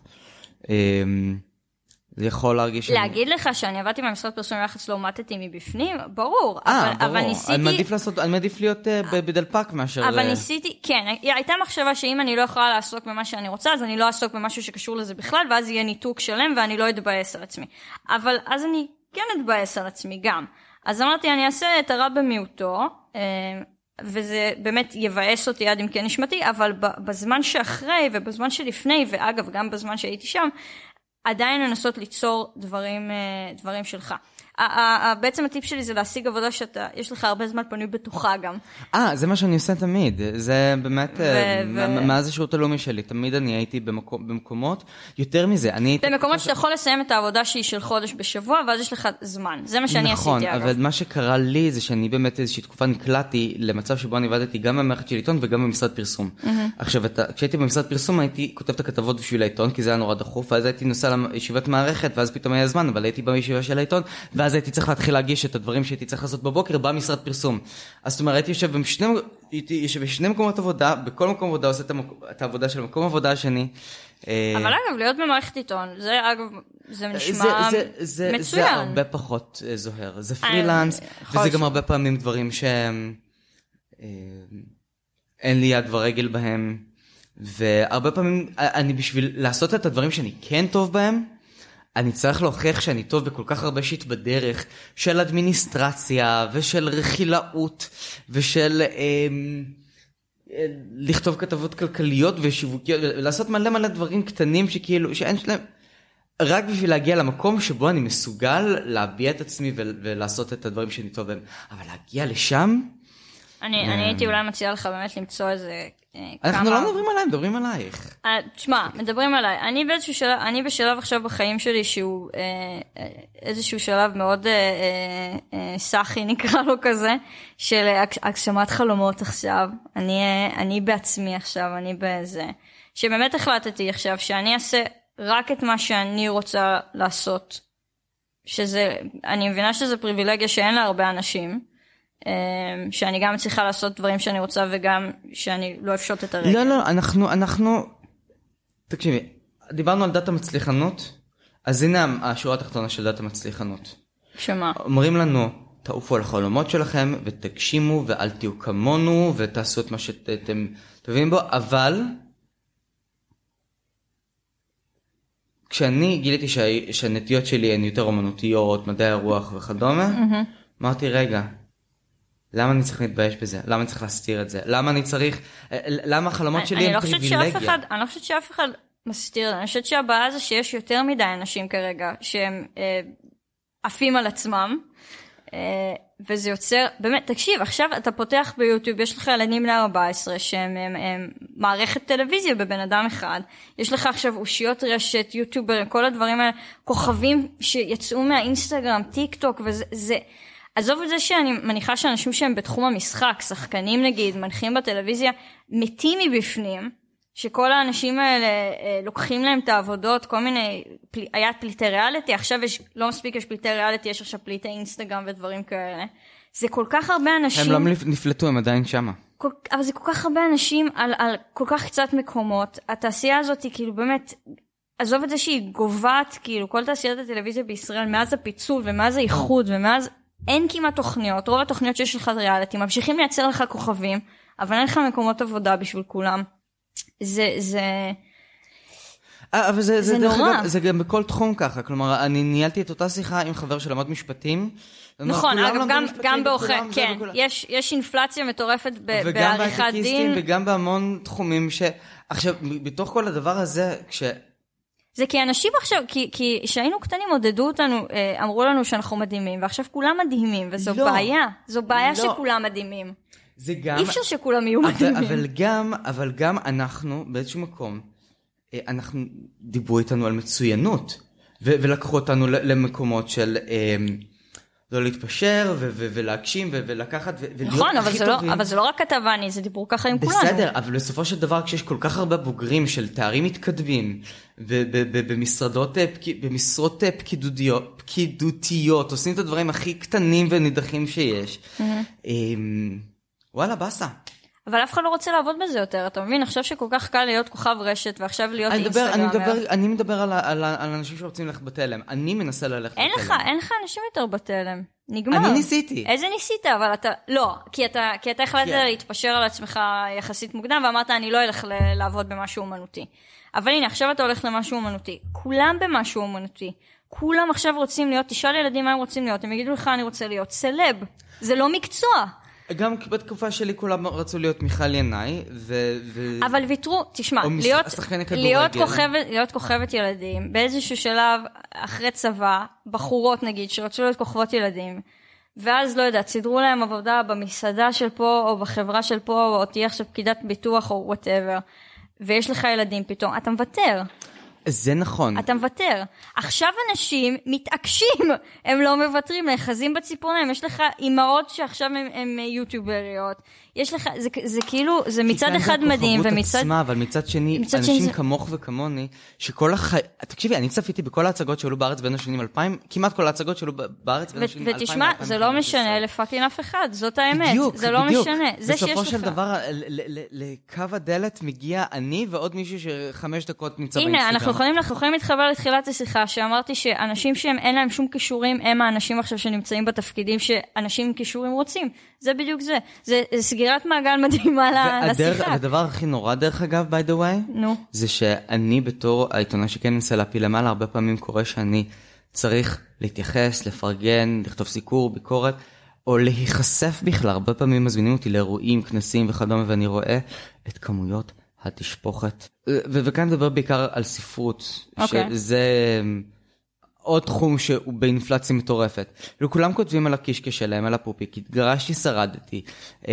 זה יכול להרגיש... להגיד לך שאני עבדתי במשרד פרסום יחס לא מתתי מבפנים? ברור. אבל ניסיתי... אני מעדיף להיות בדלפק מאשר... אבל ניסיתי, כן, הייתה מחשבה שאם אני לא יכולה לעסוק במה שאני רוצה, אז אני לא אעסוק במשהו שקשור לזה בכלל, ואז יהיה ניתוק שלם ואני לא אתבאס על עצמי. אבל אז אני כן אתבאס על עצמי גם. אז אמרתי, אני אעשה את הרע במיעוטו, וזה באמת יבאס אותי עד אם כן נשמתי, אבל בזמן שאחרי ובזמן שלפני, ואגב גם בזמן שהייתי שם, עדיין לנסות ליצור דברים שלך. בעצם הטיפ שלי זה להשיג עבודה שאתה, יש לך הרבה זמן פנוי בתוכה גם. זה מה שאני עושה תמיד. זה באמת, מאז השירות הלאומי שלי, תמיד אני הייתי במקומות, יותר מזה, במקומות שאתה יכול לסיים את העבודה שהיא של חודש בשבוע, ואז יש לך זמן. זה מה שאני עשיתי, אגב. נכון, אבל מה שקרה לי זה שאני באמת איזושהי תקופה נקלעתי למצב שבו אני עבדתי גם במערכת של עיתון וגם במשרד פרסום. עכשיו, כשהייתי במשרד פרסום הייתי כותב את הכתבות בשביל העיתון, כי זה היה נורא דחוף, ואז הייתי נוסע לישיבת מערכת, ואז פתאום היה זמן, אבל הייתי בישיבה של העיתון, ואז הייתי צריך להתחיל להגיש את הדברים שהייתי צריך לעשות בבוקר במשרד פרסום. אז זאת אומרת, הייתי יושב בשני מקומות עבודה, בכל מקום עבודה עושה את העבודה של מקום עבודה השני. אבל אגב, להיות במערכת עיתון, זה נשמע מצוין. זה הרבה פחות זוהר. זה פרילנס, וזה גם הרבה פעמים דברים שהם אין לי יד ורגל בהם, והרבה פעמים אני בשביל לעשות את הדברים שאני כן טוב בהם, אני צריך להוכיח שאני טוב בכל כך הרבה שיט בדרך, של אדמיניסטרציה, ושל רכילאות, ושל לכתוב כתבות כלכליות ושיווקיות, לעשות מלא דברים קטנים שכאילו, שאין שלהם, רק בשביל להגיע למקום שבו אני מסוגל להביע את עצמי ולעשות את הדברים שאני טוב בהם. אבל להגיע לשם? אני הייתי אולי מציעה לך באמת למצוא איזה אנחנו לא מדברים עליי, מדברים עלייך. תשמע, מדברים עליי. אני בשלב עכשיו בחיים שלי שהוא איזשהו שלב מאוד סחי נקרא לו כזה, של הגשמת חלומות עכשיו. אני בעצמי עכשיו, אני בזה. שבאמת החלטתי עכשיו שאני אעשה רק את מה שאני רוצה לעשות. אני מבינה שזה פריבילגיה שאין לה הרבה אנשים. שאני גם צריכה לעשות דברים שאני רוצה וגם שאני לא אפשוט את הרגע. לא, אנחנו תקשיבי, דיברנו על דת המצליחנות, אז הנה השורה התחתונה של דת המצליחנות. שמה? אומרים לנו, תעופו על החלומות שלכם ותגשימו ואל תהיו כמונו ותעשו את מה שאתם טובים בו, אבל כשאני גיליתי שהנטיות שלי הן יותר אומנותיות, מדעי הרוח וכדומה, אמרתי רגע, למה אני צריך להתבייש בזה? למה אני צריך להסתיר את זה? למה החלומות שלי הם פריבילגיה? אני לא חושבת שאף אחד מסתיר. אני חושבת שהבעיה זה שיש יותר מדי אנשים כרגע שהם עפים על עצמם, וזה יוצר, באמת, תקשיב, עכשיו אתה פותח ביוטיוב, יש לך ילדים בני 14 שהם מערכת טלוויזיה בבן אדם אחד, יש לך עכשיו אושיות רשת, יוטיוברים, כל הדברים האלה, כוכבים שיצאו מהאינסטגרם, טיק טוק, וזה עזוב את זה שאני מניחה שאנשים שהם בתחום המשחק, שחקנים נגיד, מנחים בטלוויזיה, מתים מבפנים, שכל האנשים האלה לוקחים להם את העבודות, כל מיני, היה פליטי ריאליטי, עכשיו לא מספיק יש פליטי ריאליטי, יש עכשיו פליטי אינסטגרם ודברים כאלה. זה כל כך הרבה אנשים... הם לא נפלטו, הם עדיין שמה. אבל זה כל כך הרבה אנשים על כל כך קצת מקומות. התעשייה הזאת היא כאילו באמת... עזוב את זה שהיא גובעת, כאילו, כל תעשיית הטלוויזיה בישראל, מאז הפיצול ומאז האיחוד ומאז... אין כמעט תוכניות, רוב התוכניות שיש לך ריאליטי, ממשיכים לייצר לך כוכבים, אבל אין לך מקומות עבודה בשביל כולם. אבל זה נורא. זה גם בכל תחום ככה, כלומר, אני ניהלתי את אותה שיחה עם חבר שלמד משפטים. נכון, אגב, גם באוכל, כן, יש אינפלציה מטורפת בעריכת דין. וגם בהמון תחומים עכשיו, בתוך כל הדבר הזה, זה כי אנשים עכשיו, כי שהיינו קטנים עודדו אותנו, אמרו לנו שאנחנו מדהימים, ועכשיו כולם מדהימים, וזו בעיה. זו בעיה שכולם מדהימים. אי אפשר שכולם יהיו מדהימים. אבל גם אנחנו, באיזשהו מקום, אנחנו דיברו איתנו על מצוינות, ולקחו אותנו למקומות של לא להתפשר, ולהגשים, ולקחת, ולהיות הכי טובים. נכון, אבל זה לא רק כתבה אני, זה דיבור ככה עם כולנו. בסדר, אבל בסופו של דבר, כשיש כל כך הרבה בוגרים של תארים מתקדמים, במשרות פקידותיות, עושים את הדברים הכי קטנים ונידחים שיש. וואלה, בסה. אבל אף אחד לא רוצה לעבוד בזה יותר, אתה מבין? עכשיו שכל כך קל להיות כוכב רשת, ועכשיו להיות אינסטגרמר. אני מדבר על אנשים שרוצים ללכת בתלם. אני מנסה ללכת בתלם. אין לך אנשים יותר בתלם. נגמר. אני ניסיתי. איזה ניסית? אבל אתה, לא. כי אתה החלטת להתפשר על עצמך יחסית מוקדם, ואמרת, אני לא אלך לעבוד במשהו אומנותי. אבל הנה, עכשיו אתה הולך למשהו אומנותי. כולם במשהו אומנותי. כולם עכשיו רוצים להיות, תשאל ילדים מה הם רוצים להיות. הם יגידו לך, אני רוצה להיות סלב. זה לא מקצוע. גם בתקופה שלי כולם רצו להיות מיכל ינאי, אבל ויתרו, תשמע, להיות כוכבת ילדים, באיזשהו שלב, אחרי צבא, בחורות נגיד, שרצו להיות כוכבות ילדים, ואז לא יודעת, סידרו להם עבודה במסעדה של פה, או בחברה של פה, או תהיה עכשיו פקידת ביטוח, או whatever, ויש לך ילדים פתאום, אתה מוותר. זה נכון. אתה מוותר. עכשיו אנשים מתעקשים, הם לא מבטרים, נאחזים בציפורניים, יש לך אימהות שעכשיו הם יוטיובריות, יש לך, זה כאילו, זה מצד אחד מדהים, ומצד... עצמה, אבל מצד שני, אנשים כמוך וכמוני, שכל תקשיבי, אני צפיתי בכל ההצגות שעלו בארץ בין השנים 2000, כמעט כל ההצגות שעלו בארץ בין השנים 2000. ותשמע, זה לא משנה לפאקינג אף אחד, זאת האמת. זה לא משנה. בסופו של דבר, לקו הדלת מגיע אני ועוד מישהו ש5 דקות נמצא באינסטגרם. הנה, אנחנו יכולים להתחבר לתחילת השיחה, שאמרתי שאנשים שהם אין להם שום קישורים, הם האנשים עכשיו שנמצאים בתפקידים שאנשים עם קישורים רוצים. זה בדיוק זה. זה סגירת מעגל מדהימה לשיחה. הדבר הכי נורא דרך אגב, by the way, זה שאני בתור העיתונאי שכן ננסה להפיל למעלה, הרבה פעמים קורה שאני צריך להתייחס, לפרגן, לכתוב סיקור, ביקורת, או להיחשף בכלל. הרבה פעמים מזמינים אותי לאירועים, כנסים וכדומה, ואני רואה את כמויות התשפוכת. וכאן מדבר בעיקר על ספרות, שזה עוד תחום שהוא באינפלציה מטורפת. וכולם כותבים על הקשקש שלהם, על הפופיק, התגרשתי, שרדתי.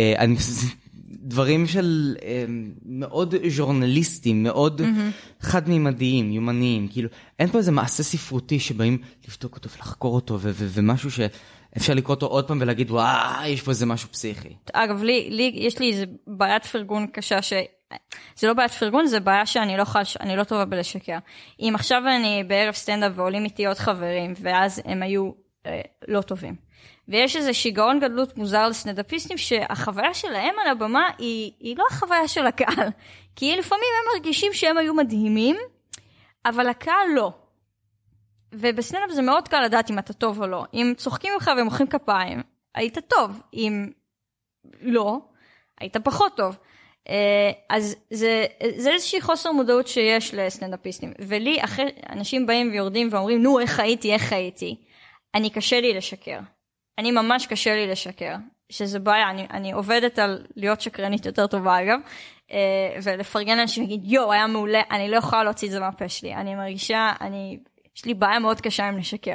דברים של מאוד ז'ורנליסטים, מאוד חד-מימדיים, יומניים. כאילו, אין פה איזה מעשה ספרותי שבאים לבדוק אותו ולחקור אותו, ומשהו שאפשר לקרוא אותו עוד פעם ולהגיד, וואי, יש פה איזה משהו פסיכי. אגב, יש לי איזה בעיית פרגון קשה זה לא בעיית פרגון, זה בעיה שאני לא טובה בלשקר. אם עכשיו אני בערב סטנדאפ ועולים איתי עוד חברים, ואז הם היו לא טובים. ויש איזה שיגעון גדלות מוזר לסטנדאפיסטים, שהחוויה שלהם על הבמה היא לא החוויה של הקהל. כי לפעמים הם מרגישים שהם היו מדהימים, אבל הקהל לא. ובסטנדאפ זה מאוד קל לדעת אם אתה טוב או לא. אם צוחקים ממך ומוחאים כפיים, היית טוב. אם לא, היית פחות טוב. אז זה איזושהי חוסר מודעות שיש לסטנדאפיסטים, ולי אחרי אנשים באים ויורדים ואומרים נו איך הייתי, אני קשה לי לשקר, אני ממש קשה לי לשקר, שזה בעיה, אני עובדת על להיות שקרנית יותר טובה אגב, ולפרגן לאנשים להגיד יו היה מעולה, אני לא יכולה להוציא את זה מהפה שלי, אני מרגישה, יש לי בעיה מאוד קשה עם לשקר,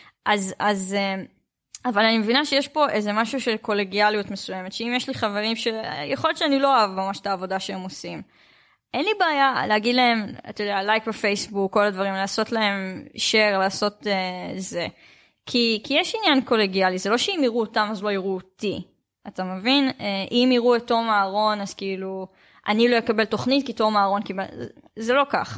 אבל אני מבינה שיש פה איזה משהו של קולגיאליות מסוימת, שאם יש לי חברים שיכול להיות שאני לא אוהב ממש את העבודה שהם עושים, אין לי בעיה להגיד להם, אתה יודע, לייק בפייסבוק, כל הדברים, לעשות להם share, לעשות זה. כי יש עניין קולגיאלי, זה לא שאם יראו אותם אז לא יראו אותי. אתה מבין? אם יראו את תום אהרון, אז כאילו, אני לא אקבל תוכנית כי תום אהרון קיבל, זה לא ככה.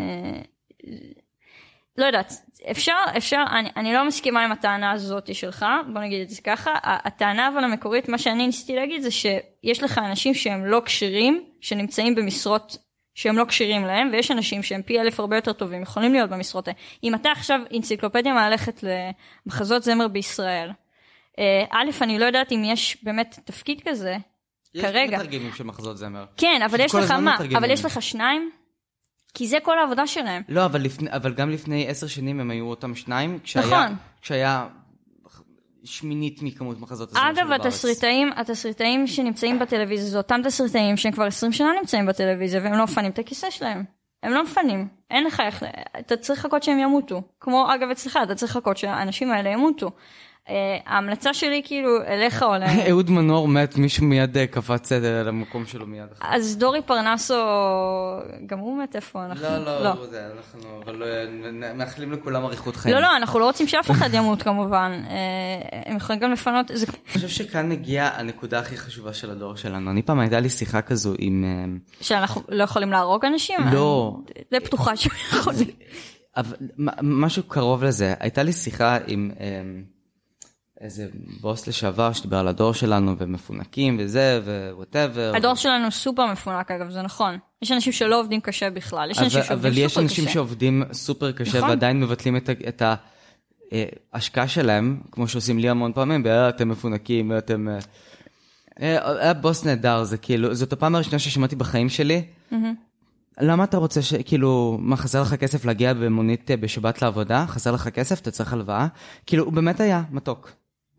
לא יודעת, אפשר, אני לא מסכימה עם הטענה הזאת שלך, בוא נגיד את זה ככה, הטענה אבל המקורית, מה שאני ניסיתי להגיד זה שיש לך אנשים שהם לא קשירים, שנמצאים במשרות שהם לא קשירים להם, ויש אנשים שהם פי 1000 הרבה יותר טובים, יכולים להיות במשרות האלה. אם אתה עכשיו אנציקלופדיה מהלכת למחזות זמר בישראל, א', אני לא יודעת אם יש באמת תפקיד כזה, כרגע. יש מתרגמים של מחזות זמר. כן, אבל יש לך מה? אבל יש לך 2? כי זה כל העבודה שלהם. לא, אבל גם לפני 10 שנים הם היו אותם 2, כשהיה שמינית מכמות מחזות הזמר שלו בארץ. אגב, התסריטאים שנמצאים בטלוויזיה, זה אותם תסריטאים שהם כבר 20 שנה נמצאים בטלוויזיה, והם לא מפנים את הכיסא שלהם. הם לא מפנים. אין לך איך, אתה צריך לחכות שהם ימותו. כמו, אגב, אצלך, אתה צריך לחכות שהאנשים האלה ימותו. ההמלצה שלי כאילו אליך או להם. אהוד מנור מת, מישהו מיד קפץ למקום שלו מיד. אז דורי פרנסו, גם הוא מת איפה אנחנו? לא, אבל מאחלים לכולם אריכות חיים. לא, אנחנו לא רוצים שאף אחד ימות כמובן. הם יכולים גם לפנות. אני חושב שכאן מגיעה הנקודה הכי חשובה של הדור שלנו. אני פעם הייתה לי שיחה כזו עם... שאנחנו לא יכולים להרוג אנשים? לא. זה פתוחה שיכולים. אבל משהו קרוב לזה. הייתה לי שיחה עם... איזה בוס לשעבר שדיבר על הדור שלנו ומפונקים וזה ווואטאבר. הדור שלנו סופר מפונק אגב, זה נכון. יש אנשים שלא עובדים קשה בכלל, יש אנשים שעובדים סופר קשה. אבל יש אנשים שעובדים סופר קשה ועדיין מבטלים את ההשקעה שלהם, כמו שעושים לי המון פעמים, אתם מפונקים, אתם... היה בוס נהדר, זה כאילו, זאת הפעם הראשונה ששמעתי בחיים שלי. למה אתה רוצה כאילו, מה חסר לך כסף להגיע במונית בשבת לעבודה? חסר לך כסף, אתה צריך הלוואה? כאילו, הוא באמת היה מתוק.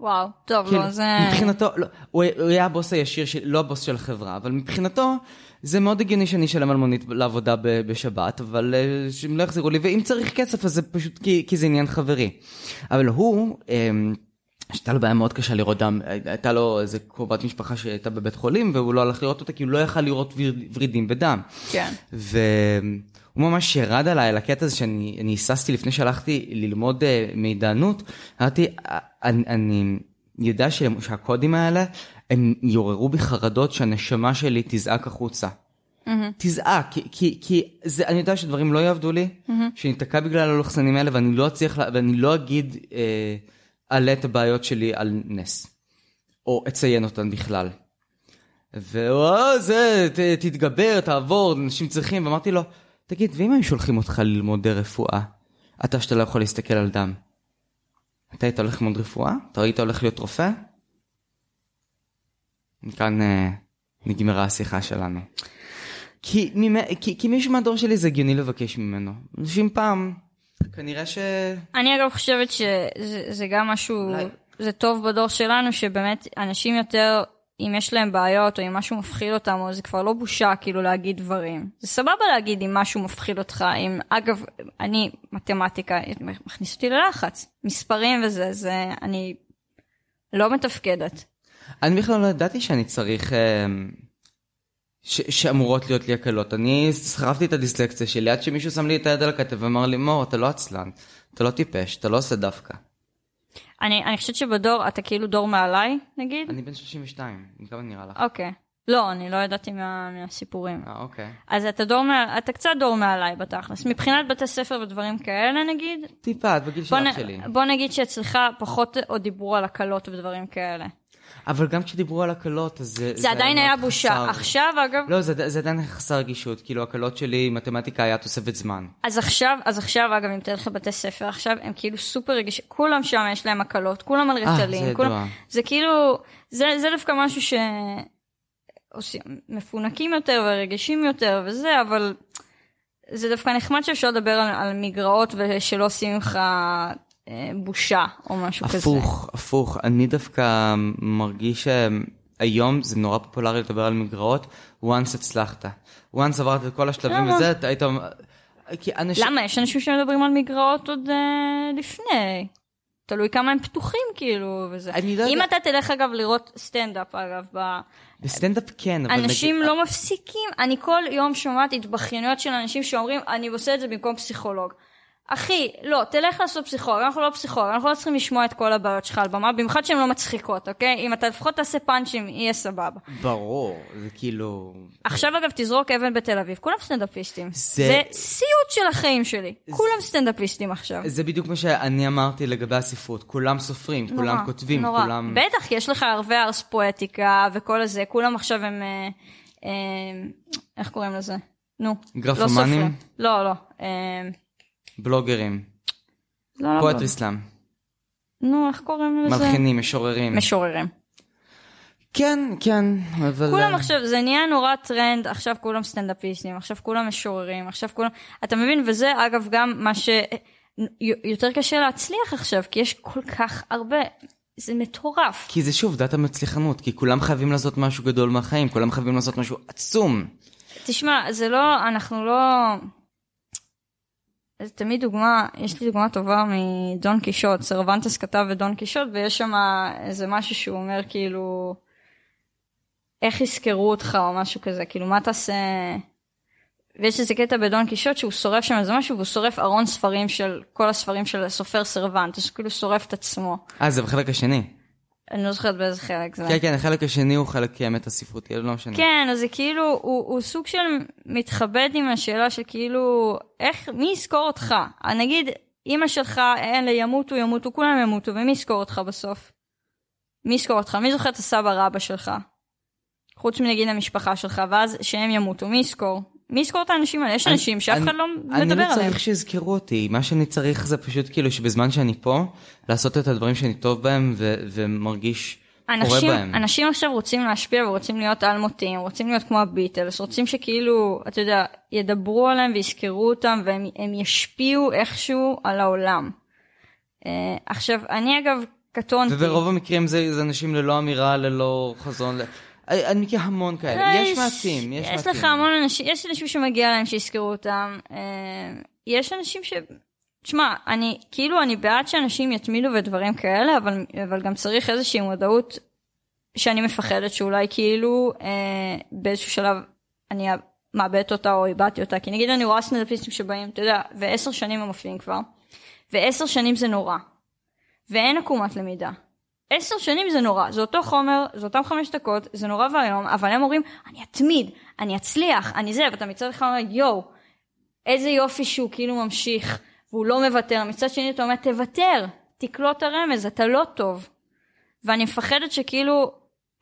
וואו, טוב, כאילו, לא, זה... מבחינתו, לא, הוא היה הבוס הישיר, לא הבוס של החברה, אבל מבחינתו, זה מאוד הגיוני שאני אשלם על מונית לעבודה בשבת, אבל שהם לא יחזירו לי, ואם צריך כסף, אז זה פשוט כי זה עניין חברי. אבל הוא, שהייתה לו בעיה מאוד קשה לראות דם, הייתה לו איזו קרובת משפחה שהייתה בבית חולים, והוא לא הלך לראות אותה, כי הוא לא יכל לראות ורידים בדם. כן. הוא ממש ירד עליי על הקטע הזה שאני היססתי לפני שהלכתי ללמוד מידענות, אמרתי, אני יודע שהקודים האלה, הם יוררו בי חרדות שהנשמה שלי תזעק החוצה. תזעק, כי אני יודע שדברים לא יעבדו לי, שנתקע בגלל הלוחסנים האלה, ואני לא אגיד עלה את הבעיות שלי על נס, או אציין אותן בכלל. זה, תתגבר, תעבור, אנשים צריכים, ואמרתי לו, תגיד, ואם הם שולחים אותך ללמוד רפואה, שאתה לא יכול להסתכל על דם, אתה היית הולך ללמוד רפואה? אתה היית הולך להיות רופא? כאן נגמרה השיחה שלנו. כי מישהו מהדור שלי זה הגיוני לבקש ממנו. אנשים פעם, כנראה אני אגב חושבת שזה גם משהו, זה טוב בדור שלנו, שבאמת אנשים יותר... אם יש להם בעיות, או אם משהו מפחיד אותם, או זה כבר לא בושה, כאילו, להגיד דברים. זה סבבה להגיד אם משהו מפחיד אותך, אם, אגב, אני, מתמטיקה, מכניס אותי ללחץ. מספרים וזה, אני לא מתפקדת. אני בכלל לא ידעתי שאני צריך, שאמורות להיות לי הקלות. אני שרפתי את הדיסלקציה שלי, עד שמישהו שם לי את היד על הכתב, ואמר לי, מור, אתה לא עצלן, אתה לא טיפש, אתה לא עושה דווקא. אני חושבת שבדור, אתה כאילו דור מעליי, נגיד? אני בן 32, כמה נראה לך? אוקיי. לא, אני לא ידעתי מהסיפורים. אוקיי. אז אתה קצת דור מעליי בתכלס. מבחינת בתי ספר ודברים כאלה, נגיד? טיפה, את בגיל שלך שלי. בוא נגיד שאצלך פחות עוד דיברו על הקלות ודברים כאלה. אבל גם כשדיברו על הקלות, אז זה עדיין היה בושה. עכשיו, אגב... לא, זה עדיין חסר רגישות. כאילו, הקלות שלי, מתמטיקה היה תוספת זמן. אז עכשיו, אגב, אם תלך לבתי ספר, עכשיו הם כאילו סופר רגישים. כולם שם יש להם הקלות, כולם על רטלים. זה ידוע. זה כאילו, זה דווקא משהו מפונקים יותר ורגישים יותר וזה, אבל זה דווקא נחמד שאפשר לדבר על מגרעות ושלא עושים לך... בושה או משהו כזה. הפוך. אני דווקא מרגיש שהיום זה נורא פופולרי לדבר על מגרעות, once הצלחת. once עברת את כל השלבים וזה, היית... למה? יש אנשים שמדברים על מגרעות עוד לפני. תלוי כמה הם פתוחים כאילו וזה. אם אתה תלך אגב לראות סטנדאפ אגב, בסטנדאפ כן, אבל... אנשים לא מפסיקים. אני כל יום שומעת התבכיינויות של אנשים שאומרים, אני עושה את זה במקום פסיכולוג. אחי, לא, תלך לעשות פסיכולוג, אנחנו לא פסיכולוג, אנחנו לא צריכים לשמוע את כל הבעיות שלך על במה, במיוחד שהן לא מצחיקות, אוקיי? אם אתה לפחות תעשה פאנצ'ים, יהיה סבבה. ברור, זה כאילו... עכשיו אגב, תזרוק אבן בתל אביב, כולם סטנדאפיסטים. זה סיוט של החיים שלי, כולם סטנדאפיסטים עכשיו. זה בדיוק מה שאני אמרתי לגבי הספרות, כולם סופרים, כולם כותבים, כולם... בטח, כי יש לך הרבה ארס פואטיקה וכל הזה, כולם עכשיו הם... איך קוראים לזה? נו, גרפומנים? לא. בלוגרים. פואטרי סלאם. נו, איך קוראים לזה? מלחינים, משוררים. כן, אבל... כולם עכשיו, זה נהיה נורא טרנד, עכשיו כולם סטנדאפיסטים, עכשיו כולם משוררים, עכשיו כולם... אתה מבין? וזה אגב גם מה שיותר קשה להצליח עכשיו, כי יש כל כך הרבה... זה מטורף. כי זה שוב, דת המצליחנות, כי כולם חייבים לעשות משהו גדול מהחיים, כולם חייבים לעשות משהו עצום. תשמע, זה לא, אנחנו לא... זה תמיד דוגמה, יש לי דוגמה טובה מדון קישוט, סרוונטס כתב ודון קישוט, ויש שם איזה משהו שהוא אומר כאילו, איך יזכרו אותך או משהו כזה, כאילו מה תעשה, ויש איזה קטע בדון קישוט שהוא שורף שם איזה משהו, והוא שורף ארון ספרים של, כל הספרים של סופר סרוונטס, הוא כאילו שורף את עצמו. זה בחלק השני. אני לא זוכרת באיזה חלק זה. כן, החלק השני הוא חלק האמת הספרותי, לא משנה. כן, אז זה כאילו, הוא סוג של מתחבד עם השאלה של כאילו, מי יזכור אותך? נגיד, אמא שלך, אלה ימותו, כולם ימותו, ומי יזכור אותך בסוף? מי יזכור אותך? מי זוכר את הסבא רבא שלך? חוץ מנגיד המשפחה שלך, ואז שהם ימותו, מי יזכור? מי יזכור את האנשים האלה? יש אנשים שאף אחד לא מדבר עליהם. אני לא צריך שיזכרו אותי, מה שאני צריך זה פשוט כאילו שבזמן שאני פה, לעשות את הדברים שאני טוב בהם ומרגיש קורה בהם. אנשים עכשיו רוצים להשפיע ורוצים להיות אלמותיים, רוצים להיות כמו הביטלס, רוצים שכאילו, אתה יודע, ידברו עליהם ויזכרו אותם והם ישפיעו איכשהו על העולם. עכשיו, אני אגב, קטונתי. וברוב המקרים זה אנשים ללא אמירה, ללא חזון. אני מכיר המון כאלה. יש מעטים. יש לך המון אנשים, יש אנשים שמגיע להם שיזכרו אותם. יש אנשים תשמע, אני בעד שאנשים יתמידו ודברים כאלה, אבל גם צריך איזושהי מודעות שאני מפחדת שאולי כאילו באיזשהו שלב אני מאבדת אותה או איבדתי אותה. כי נגיד אני רואה סטנדאפיסטים שבאים, אתה יודע, ו10 שנים הם מופיעים כבר, ו10 שנים זה נורא. ואין עקומת למידה. 10 שנים זה נורא, זה אותו חומר, זה אותם 5 דקות, זה נורא והיום, אבל הם אומרים, אני אתמיד, אני אצליח, אני זה, ואתה מצד אחד אומר, יו, איזה יופי שהוא כאילו ממשיך, והוא לא מוותר, מצד שני אתה אומר, תוותר, תקלוט הרמז, אתה לא טוב. ואני מפחדת שכאילו,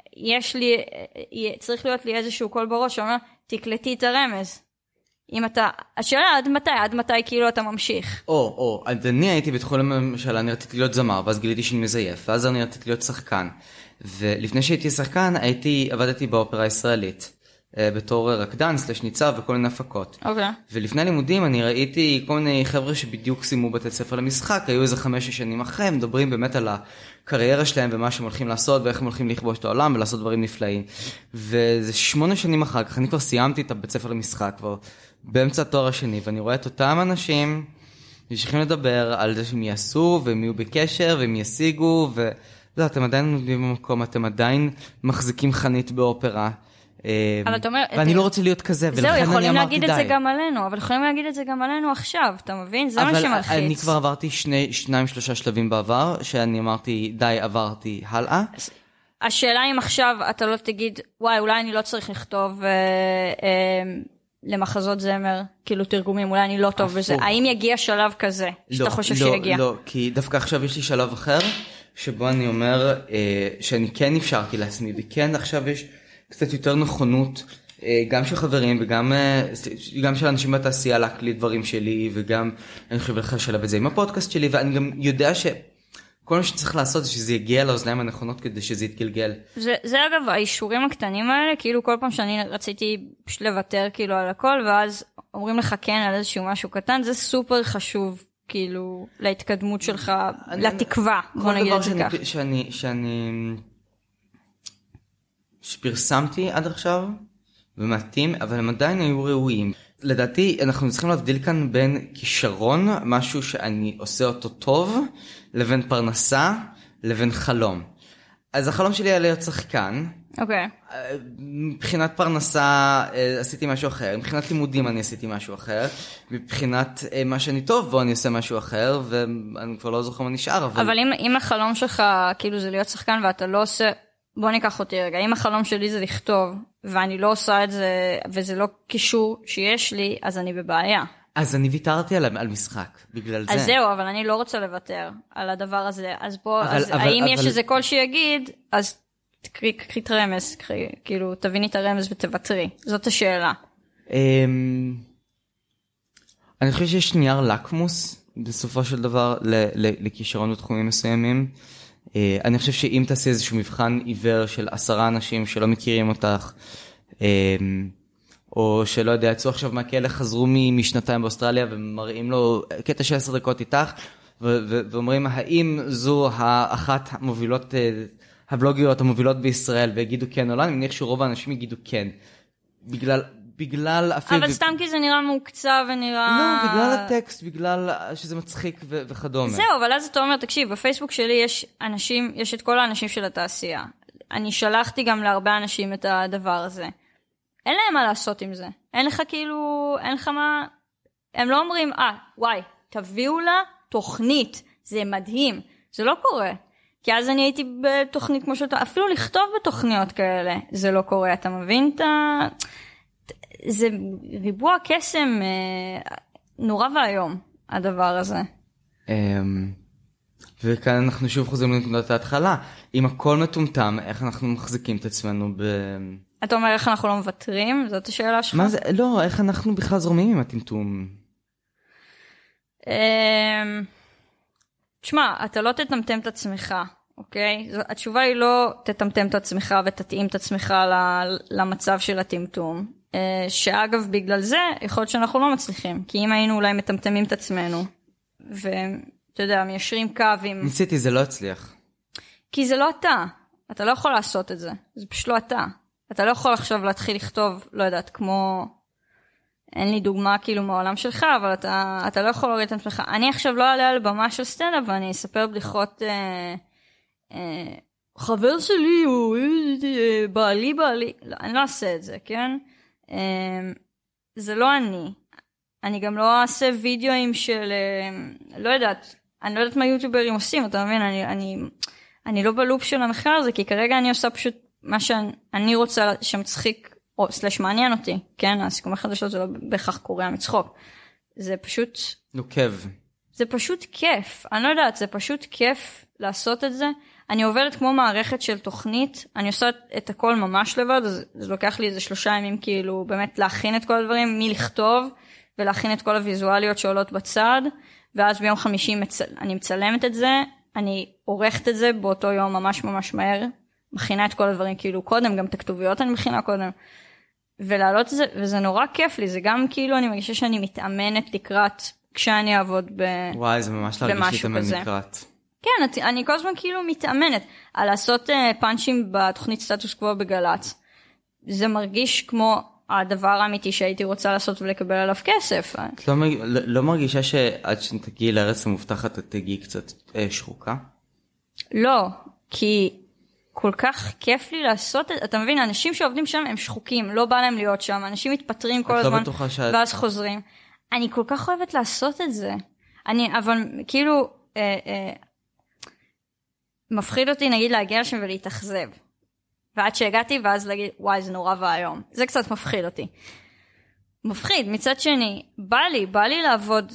צריך להיות לי איזשהו קול בראש, שאומר, תקלטי את הרמז. אם אתה, השאלה עד מתי כאילו אתה ממשיך. אז אני הייתי בתחום למשל, אני רציתי להיות זמר, ואז גיליתי שאני מזייף, ואז אני רציתי להיות שחקן. ולפני שהייתי שחקן, עבדתי באופרה הישראלית, בתור רקדן, ניצב וכל מיני הפקות. אוקיי. ולפני לימודים אני ראיתי כל מיני חבר'ה שבדיוק סיימו בתי ספר למשחק, היו איזה 5-6 שנים אחרי, הם מדברים באמת על הקריירה שלהם ומה שהם הולכים לעשות, ואיך הם הולכים לכבוש את העולם ולעשות דברים נפלאים. וזה 8 שנים אחר כך, אני כבר סיימתי את הבית ספר למשחק, כבר באמצע התואר השני, ואני רואה את אותם אנשים שצריכים לדבר על זה שהם יעשו, והם יהיו בקשר, והם ישיגו, אתם עדיין עומדים במקום, אתם עדיין מחזיקים חנית באופרה. ואני לא רוצה להיות כזה, ולכן אני אמרתי די. יכולים להגיד את זה גם עלינו, אבל יכולים להגיד את זה גם עלינו עכשיו, אתה מבין? זה מה שמלחיץ. אבל אני כבר עברתי 2-3 שלבים בעבר, שאני אמרתי די, עברתי הלאה. השאלה אם עכשיו אתה לא תגיד, וואי, אולי אני לא צריך לכתוב למחזות זמר, כאילו תרגומים, אולי אני לא טוב בזה. האם יגיע שלב כזה, שאתה חושב שיגיע? לא, כי דווקא עכשיו יש לי שלב אחר, שבו אני אומר שאני כן אפשרתי לעצמי, וכן עכשיו יש קצת יותר נכונות, גם של חברים וגם של אנשים בתעשייה להקליט דברים שלי, וגם אני חושב לך שלב את זה עם הפודקאסט שלי, ואני גם יודע כל מה שצריך לעשות זה שזה יגיע לאוזניים הנכונות כדי שזה יתגלגל. זה אגב, האישורים הקטנים האלה, כאילו כל פעם שאני רציתי פשוט לוותר כאילו על הכל, ואז אומרים לך כן על איזשהו משהו קטן, זה סופר חשוב, כאילו, להתקדמות שלך, לתקווה, בוא נגיד את זה כך. שאני שפרסמתי עד עכשיו, ומתאים, אבל הם עדיין היו ראויים. לדעתי, אנחנו צריכים להבדיל כאן בין כישרון, משהו שאני עושה אותו טוב, לבין פרנסה, לבין חלום. אז החלום שלי היה להיות שחקן. אוקיי. מבחינת פרנסה עשיתי משהו אחר, מבחינת לימודים אני עשיתי משהו אחר, מבחינת מה שאני טוב בו אני עושה משהו אחר, ואני כבר לא זוכר מה נשאר. אבל אם החלום שלך כאילו זה להיות שחקן ואתה לא עושה, בוא ניקח אותי רגע, אם החלום שלי זה לכתוב, ואני לא עושה את זה, וזה לא קישור שיש לי, אז אני בבעיה. אז אני ויתרתי על משחק, בגלל זה. אז זהו, אבל אני לא רוצה לוותר על הדבר הזה. אז בוא, האם יש איזה קול שיגיד, אז קחי את רמז, כאילו, תביני את הרמז ותוותרי. זאת השאלה. אני חושב שיש נייר לקמוס, בסופו של דבר, לכישרון בתחומים מסוימים. אני חושב שאם תעשי איזשהו מבחן עיוור של 10 אנשים שלא מכירים אותך, או שלא יודע, יצאו עכשיו מהכלא, חזרו משנתיים באוסטרליה ומראים לו קטע של 10 דקות איתך, ואומרים, האם זו האחת המובילות, הבלוגיות המובילות בישראל, ויגידו כן או לא, אני מניח שרוב האנשים יגידו כן. בגלל אפילו... אבל סתם כי זה נראה מוקצה ונראה... לא, בגלל הטקסט, בגלל שזה מצחיק וכדומה. זהו, אבל אז אתה אומר, תקשיב, בפייסבוק שלי יש אנשים, יש את כל האנשים של התעשייה. אני שלחתי גם להרבה אנשים את הדבר הזה. אין להם מה לעשות עם זה. אין לך כאילו, אין לך מה... הם לא אומרים, וואי, תביאו לה תוכנית, זה מדהים. זה לא קורה. כי אז אני הייתי בתוכנית כמו שאתה, אפילו לכתוב בתוכניות כאלה, זה לא קורה. אתה מבין את ה... זה ריבוע קסם נורא והיום, הדבר הזה. וכאן אנחנו שוב חוזרים לנקודת ההתחלה. אם הכל מטומטם, איך אנחנו מחזיקים את עצמנו ב... אתה אומר איך אנחנו לא מוותרים? זאת השאלה שלך? מה זה? לא, איך אנחנו בכלל זורמים עם הטמטום? תשמע, אתה לא תטמטם את עצמך, אוקיי? התשובה היא לא תטמטם את עצמך ותתאים את עצמך למצב של הטמטום. שאגב, בגלל זה, יכול להיות שאנחנו לא מצליחים. כי אם היינו אולי מטמטמים את עצמנו, ואתה יודע, מיישרים קו עם... ניסיתי, זה לא הצליח. כי זה לא אתה. אתה לא יכול לעשות את זה. זה פשוט לא אתה. אתה לא יכול עכשיו להתחיל לכתוב, לא יודעת, כמו... אין לי דוגמה כאילו מהעולם שלך, אבל אתה לא יכול להוריד את עצמך. אני עכשיו לא אעלה על במה של סטנדאפ, ואני אספר בדיחות... חבר שלי הוא בעלי. לא, אני לא אעשה את זה, כן? זה לא אני. אני גם לא אעשה וידאוים של... לא יודעת. אני לא יודעת מה יוטיוברים עושים, אתה מבין? אני לא בלופ של המחקר הזה, כי כרגע אני עושה פשוט מה שאני רוצה שמצחיק, או סלש מעניין אותי, כן? הסיכום החדשות זה לא בהכרח קורע מצחוק. זה פשוט... נוקב. זה פשוט כיף. אני לא יודעת, זה פשוט כיף לעשות את זה. אני עובדת כמו מערכת של תוכנית, אני עושה את הכל ממש לבד, אז זה לוקח לי איזה 3 ימים כאילו באמת להכין את כל הדברים, מלכתוב, ולהכין את כל הוויזואליות שעולות בצד, ואז ביום חמישי אני מצלמת את זה, אני עורכת את זה באותו יום ממש ממש מהר, מכינה את כל הדברים כאילו קודם, גם את הכתוביות אני מכינה קודם, ולהעלות את זה, וזה נורא כיף לי, זה גם כאילו אני מרגישה שאני מתאמנת לקראת, כשאני אעבוד וואי, זה ממש להרגיש להתאמן לקראת. כן, אני כל הזמן כאילו מתאמנת על לעשות פאנצ'ים בתוכנית סטטוס קוו בגלץ. זה מרגיש כמו הדבר האמיתי שהייתי רוצה לעשות ולקבל עליו כסף. את לא מרגישה שעד שתגיעי לארץ המובטחת את תגיעי קצת שחוקה? לא, כי כל כך כיף לי לעשות את זה. אתה מבין, אנשים שעובדים שם הם שחוקים, לא בא להם להיות שם. אנשים מתפטרים כל הזמן ואז חוזרים. אני כל כך אוהבת לעשות את זה. אבל כאילו... מפחיד אותי נגיד להגיע לשם ולהתאכזב. ועד שהגעתי ואז להגיד וואי זה נורא והיום. זה קצת מפחיד אותי. מפחיד. מצד שני בא לי לעבוד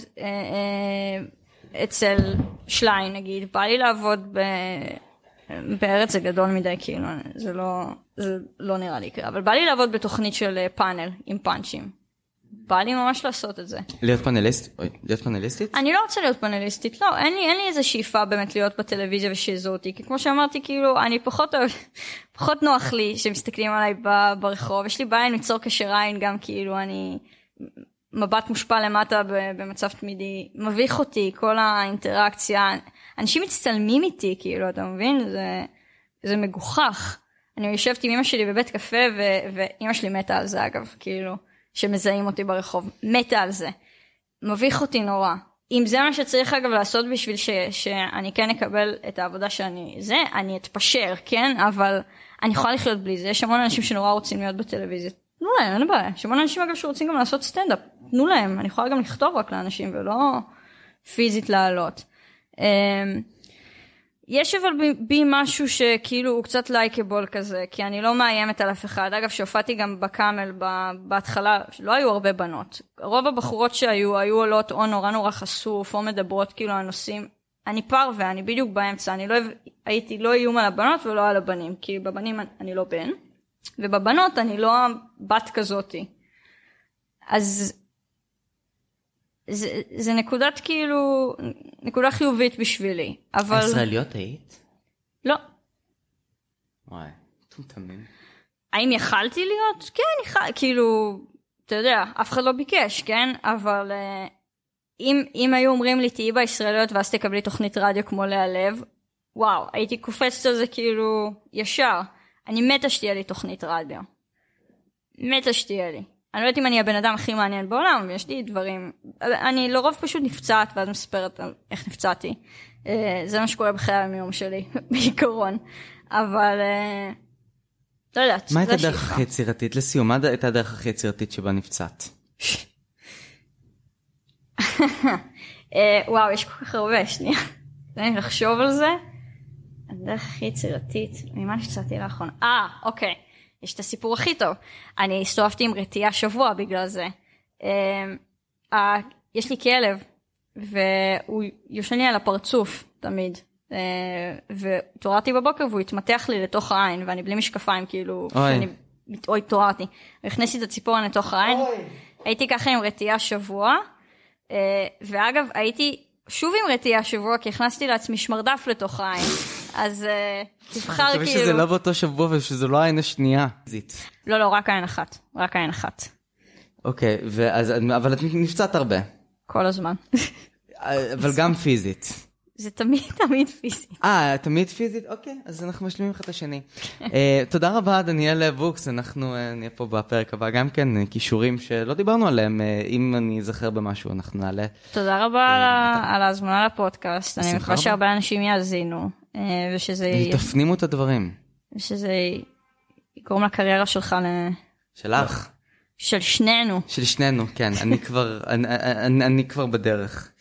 אצל שליין נגיד. בא לי לעבוד בארץ זה גדול מדי כאילו. זה לא נראה לי יקרה. אבל בא לי לעבוד בתוכנית של פאנל עם פאנצ'ים. בא לי ממש לעשות את זה. להיות פאנליסטית? אני לא רוצה להיות פאנליסטית, לא, אין לי איזה שאיפה באמת להיות בטלוויזיה ושיזו אותי, כי כמו שאמרתי, כאילו, אני פחות נוח לי שמסתכלים עליי ברחוב, יש לי בעיה ליצור קשר עין גם, כאילו, אני מבט מושפע למטה במצב תמידי, מביך אותי, כל האינטראקציה, אנשים מצטלמים איתי, כאילו, אתה מבין? זה מגוחך. אני יושבת עם אמא שלי בבית קפה, ואמא שלי מתה על זה, אגב, כאילו. שמזהים אותי ברחוב, מתה על זה, מביך אותי נורא. אם זה מה שצריך אגב לעשות בשביל שאני כן אקבל את העבודה אני אתפשר, כן? אבל אני יכולה לחיות בלי זה, יש המון אנשים שנורא רוצים להיות בטלוויזיה, תנו להם, אין בעיה. יש המון אנשים אגב שרוצים גם לעשות סטנדאפ, תנו להם, אני יכולה גם לכתוב רק לאנשים ולא פיזית לעלות. יש אבל בי משהו שכאילו הוא קצת לייקבול כזה, כי אני לא מאיימת על אף אחד. אגב, שהופעתי גם בקאמל בהתחלה, לא היו הרבה בנות. רוב הבחורות היו עולות או נורא חשוף, או מדברות כאילו על נושאים. אני פרווה, אני בדיוק באמצע, הייתי לא איום על הבנות ולא על הבנים, כי בבנים אני לא בן, ובבנות אני לא בת כזאתי. אז... זה נקודת כאילו, נקודה חיובית בשבילי, אבל... הישראליות היית? לא. וואי, תמים. האם יכלתי להיות? כן, כאילו, אתה יודע, אף אחד לא ביקש, כן? אבל אם היו אומרים לי, תהיי בישראליות ואז תקבלי תוכנית רדיו כמו להלב, וואו, הייתי קופצת על זה כאילו ישר. אני מתה שתהיה לי תוכנית רדיו. מתה שתהיה לי. אני לא יודעת אם אני הבן אדם הכי מעניין בעולם, ויש לי דברים, אני לרוב פשוט נפצעת, ואז מספרת איך נפצעתי. זה מה שקורה בחיי היום שלי, בעיקרון. אבל, לא יודעת. מה הייתה הדרך הכי יצירתית? לסיום, מה הייתה הדרך הכי יצירתית שבה נפצעת? וואו, יש כל כך הרבה, שנייה. אני לחשוב על זה. הדרך הכי יצירתית, ממה נפצעתי לאחרונה? אוקיי. יש את הסיפור הכי טוב. אני הסתובבתי עם רטייה שבוע בגלל זה. יש לי כלב, והוא יושן לי על הפרצוף תמיד. והתעוררתי בבוקר והוא התמתח לי לתוך העין, ואני בלי משקפיים כאילו, התעוררתי. הכנסתי את הציפורן לתוך העין. הייתי ככה עם רטייה שבוע, ואגב הייתי שוב עם רטייה שבוע, כי הכנסתי לעצמי שמרדף לתוך העין. אז תבחר כאילו... אני חושב שזה לא באותו שבוע ושזה לא העין השנייה. לא, רק העין אחת. רק העין אחת. אוקיי, אבל את נפצעת הרבה. כל הזמן. אבל גם פיזית. זה תמיד פיזית. תמיד פיזית? אוקיי, אז אנחנו משלימים אחד את השני. תודה רבה, דניאל בוקס, אנחנו נהיה פה בפרק הבא גם כן, קישורים שלא דיברנו עליהם, אם אני אזכר במשהו, אנחנו נעלה. תודה רבה על ההזמנה לפודקאסט, אני מקווה שהרבה אנשים יאזינו, ושזה... תפנימו את הדברים. ושזה יקרום לקריירה שלך שלך. של שנינו. של שנינו, כן, אני כבר בדרך.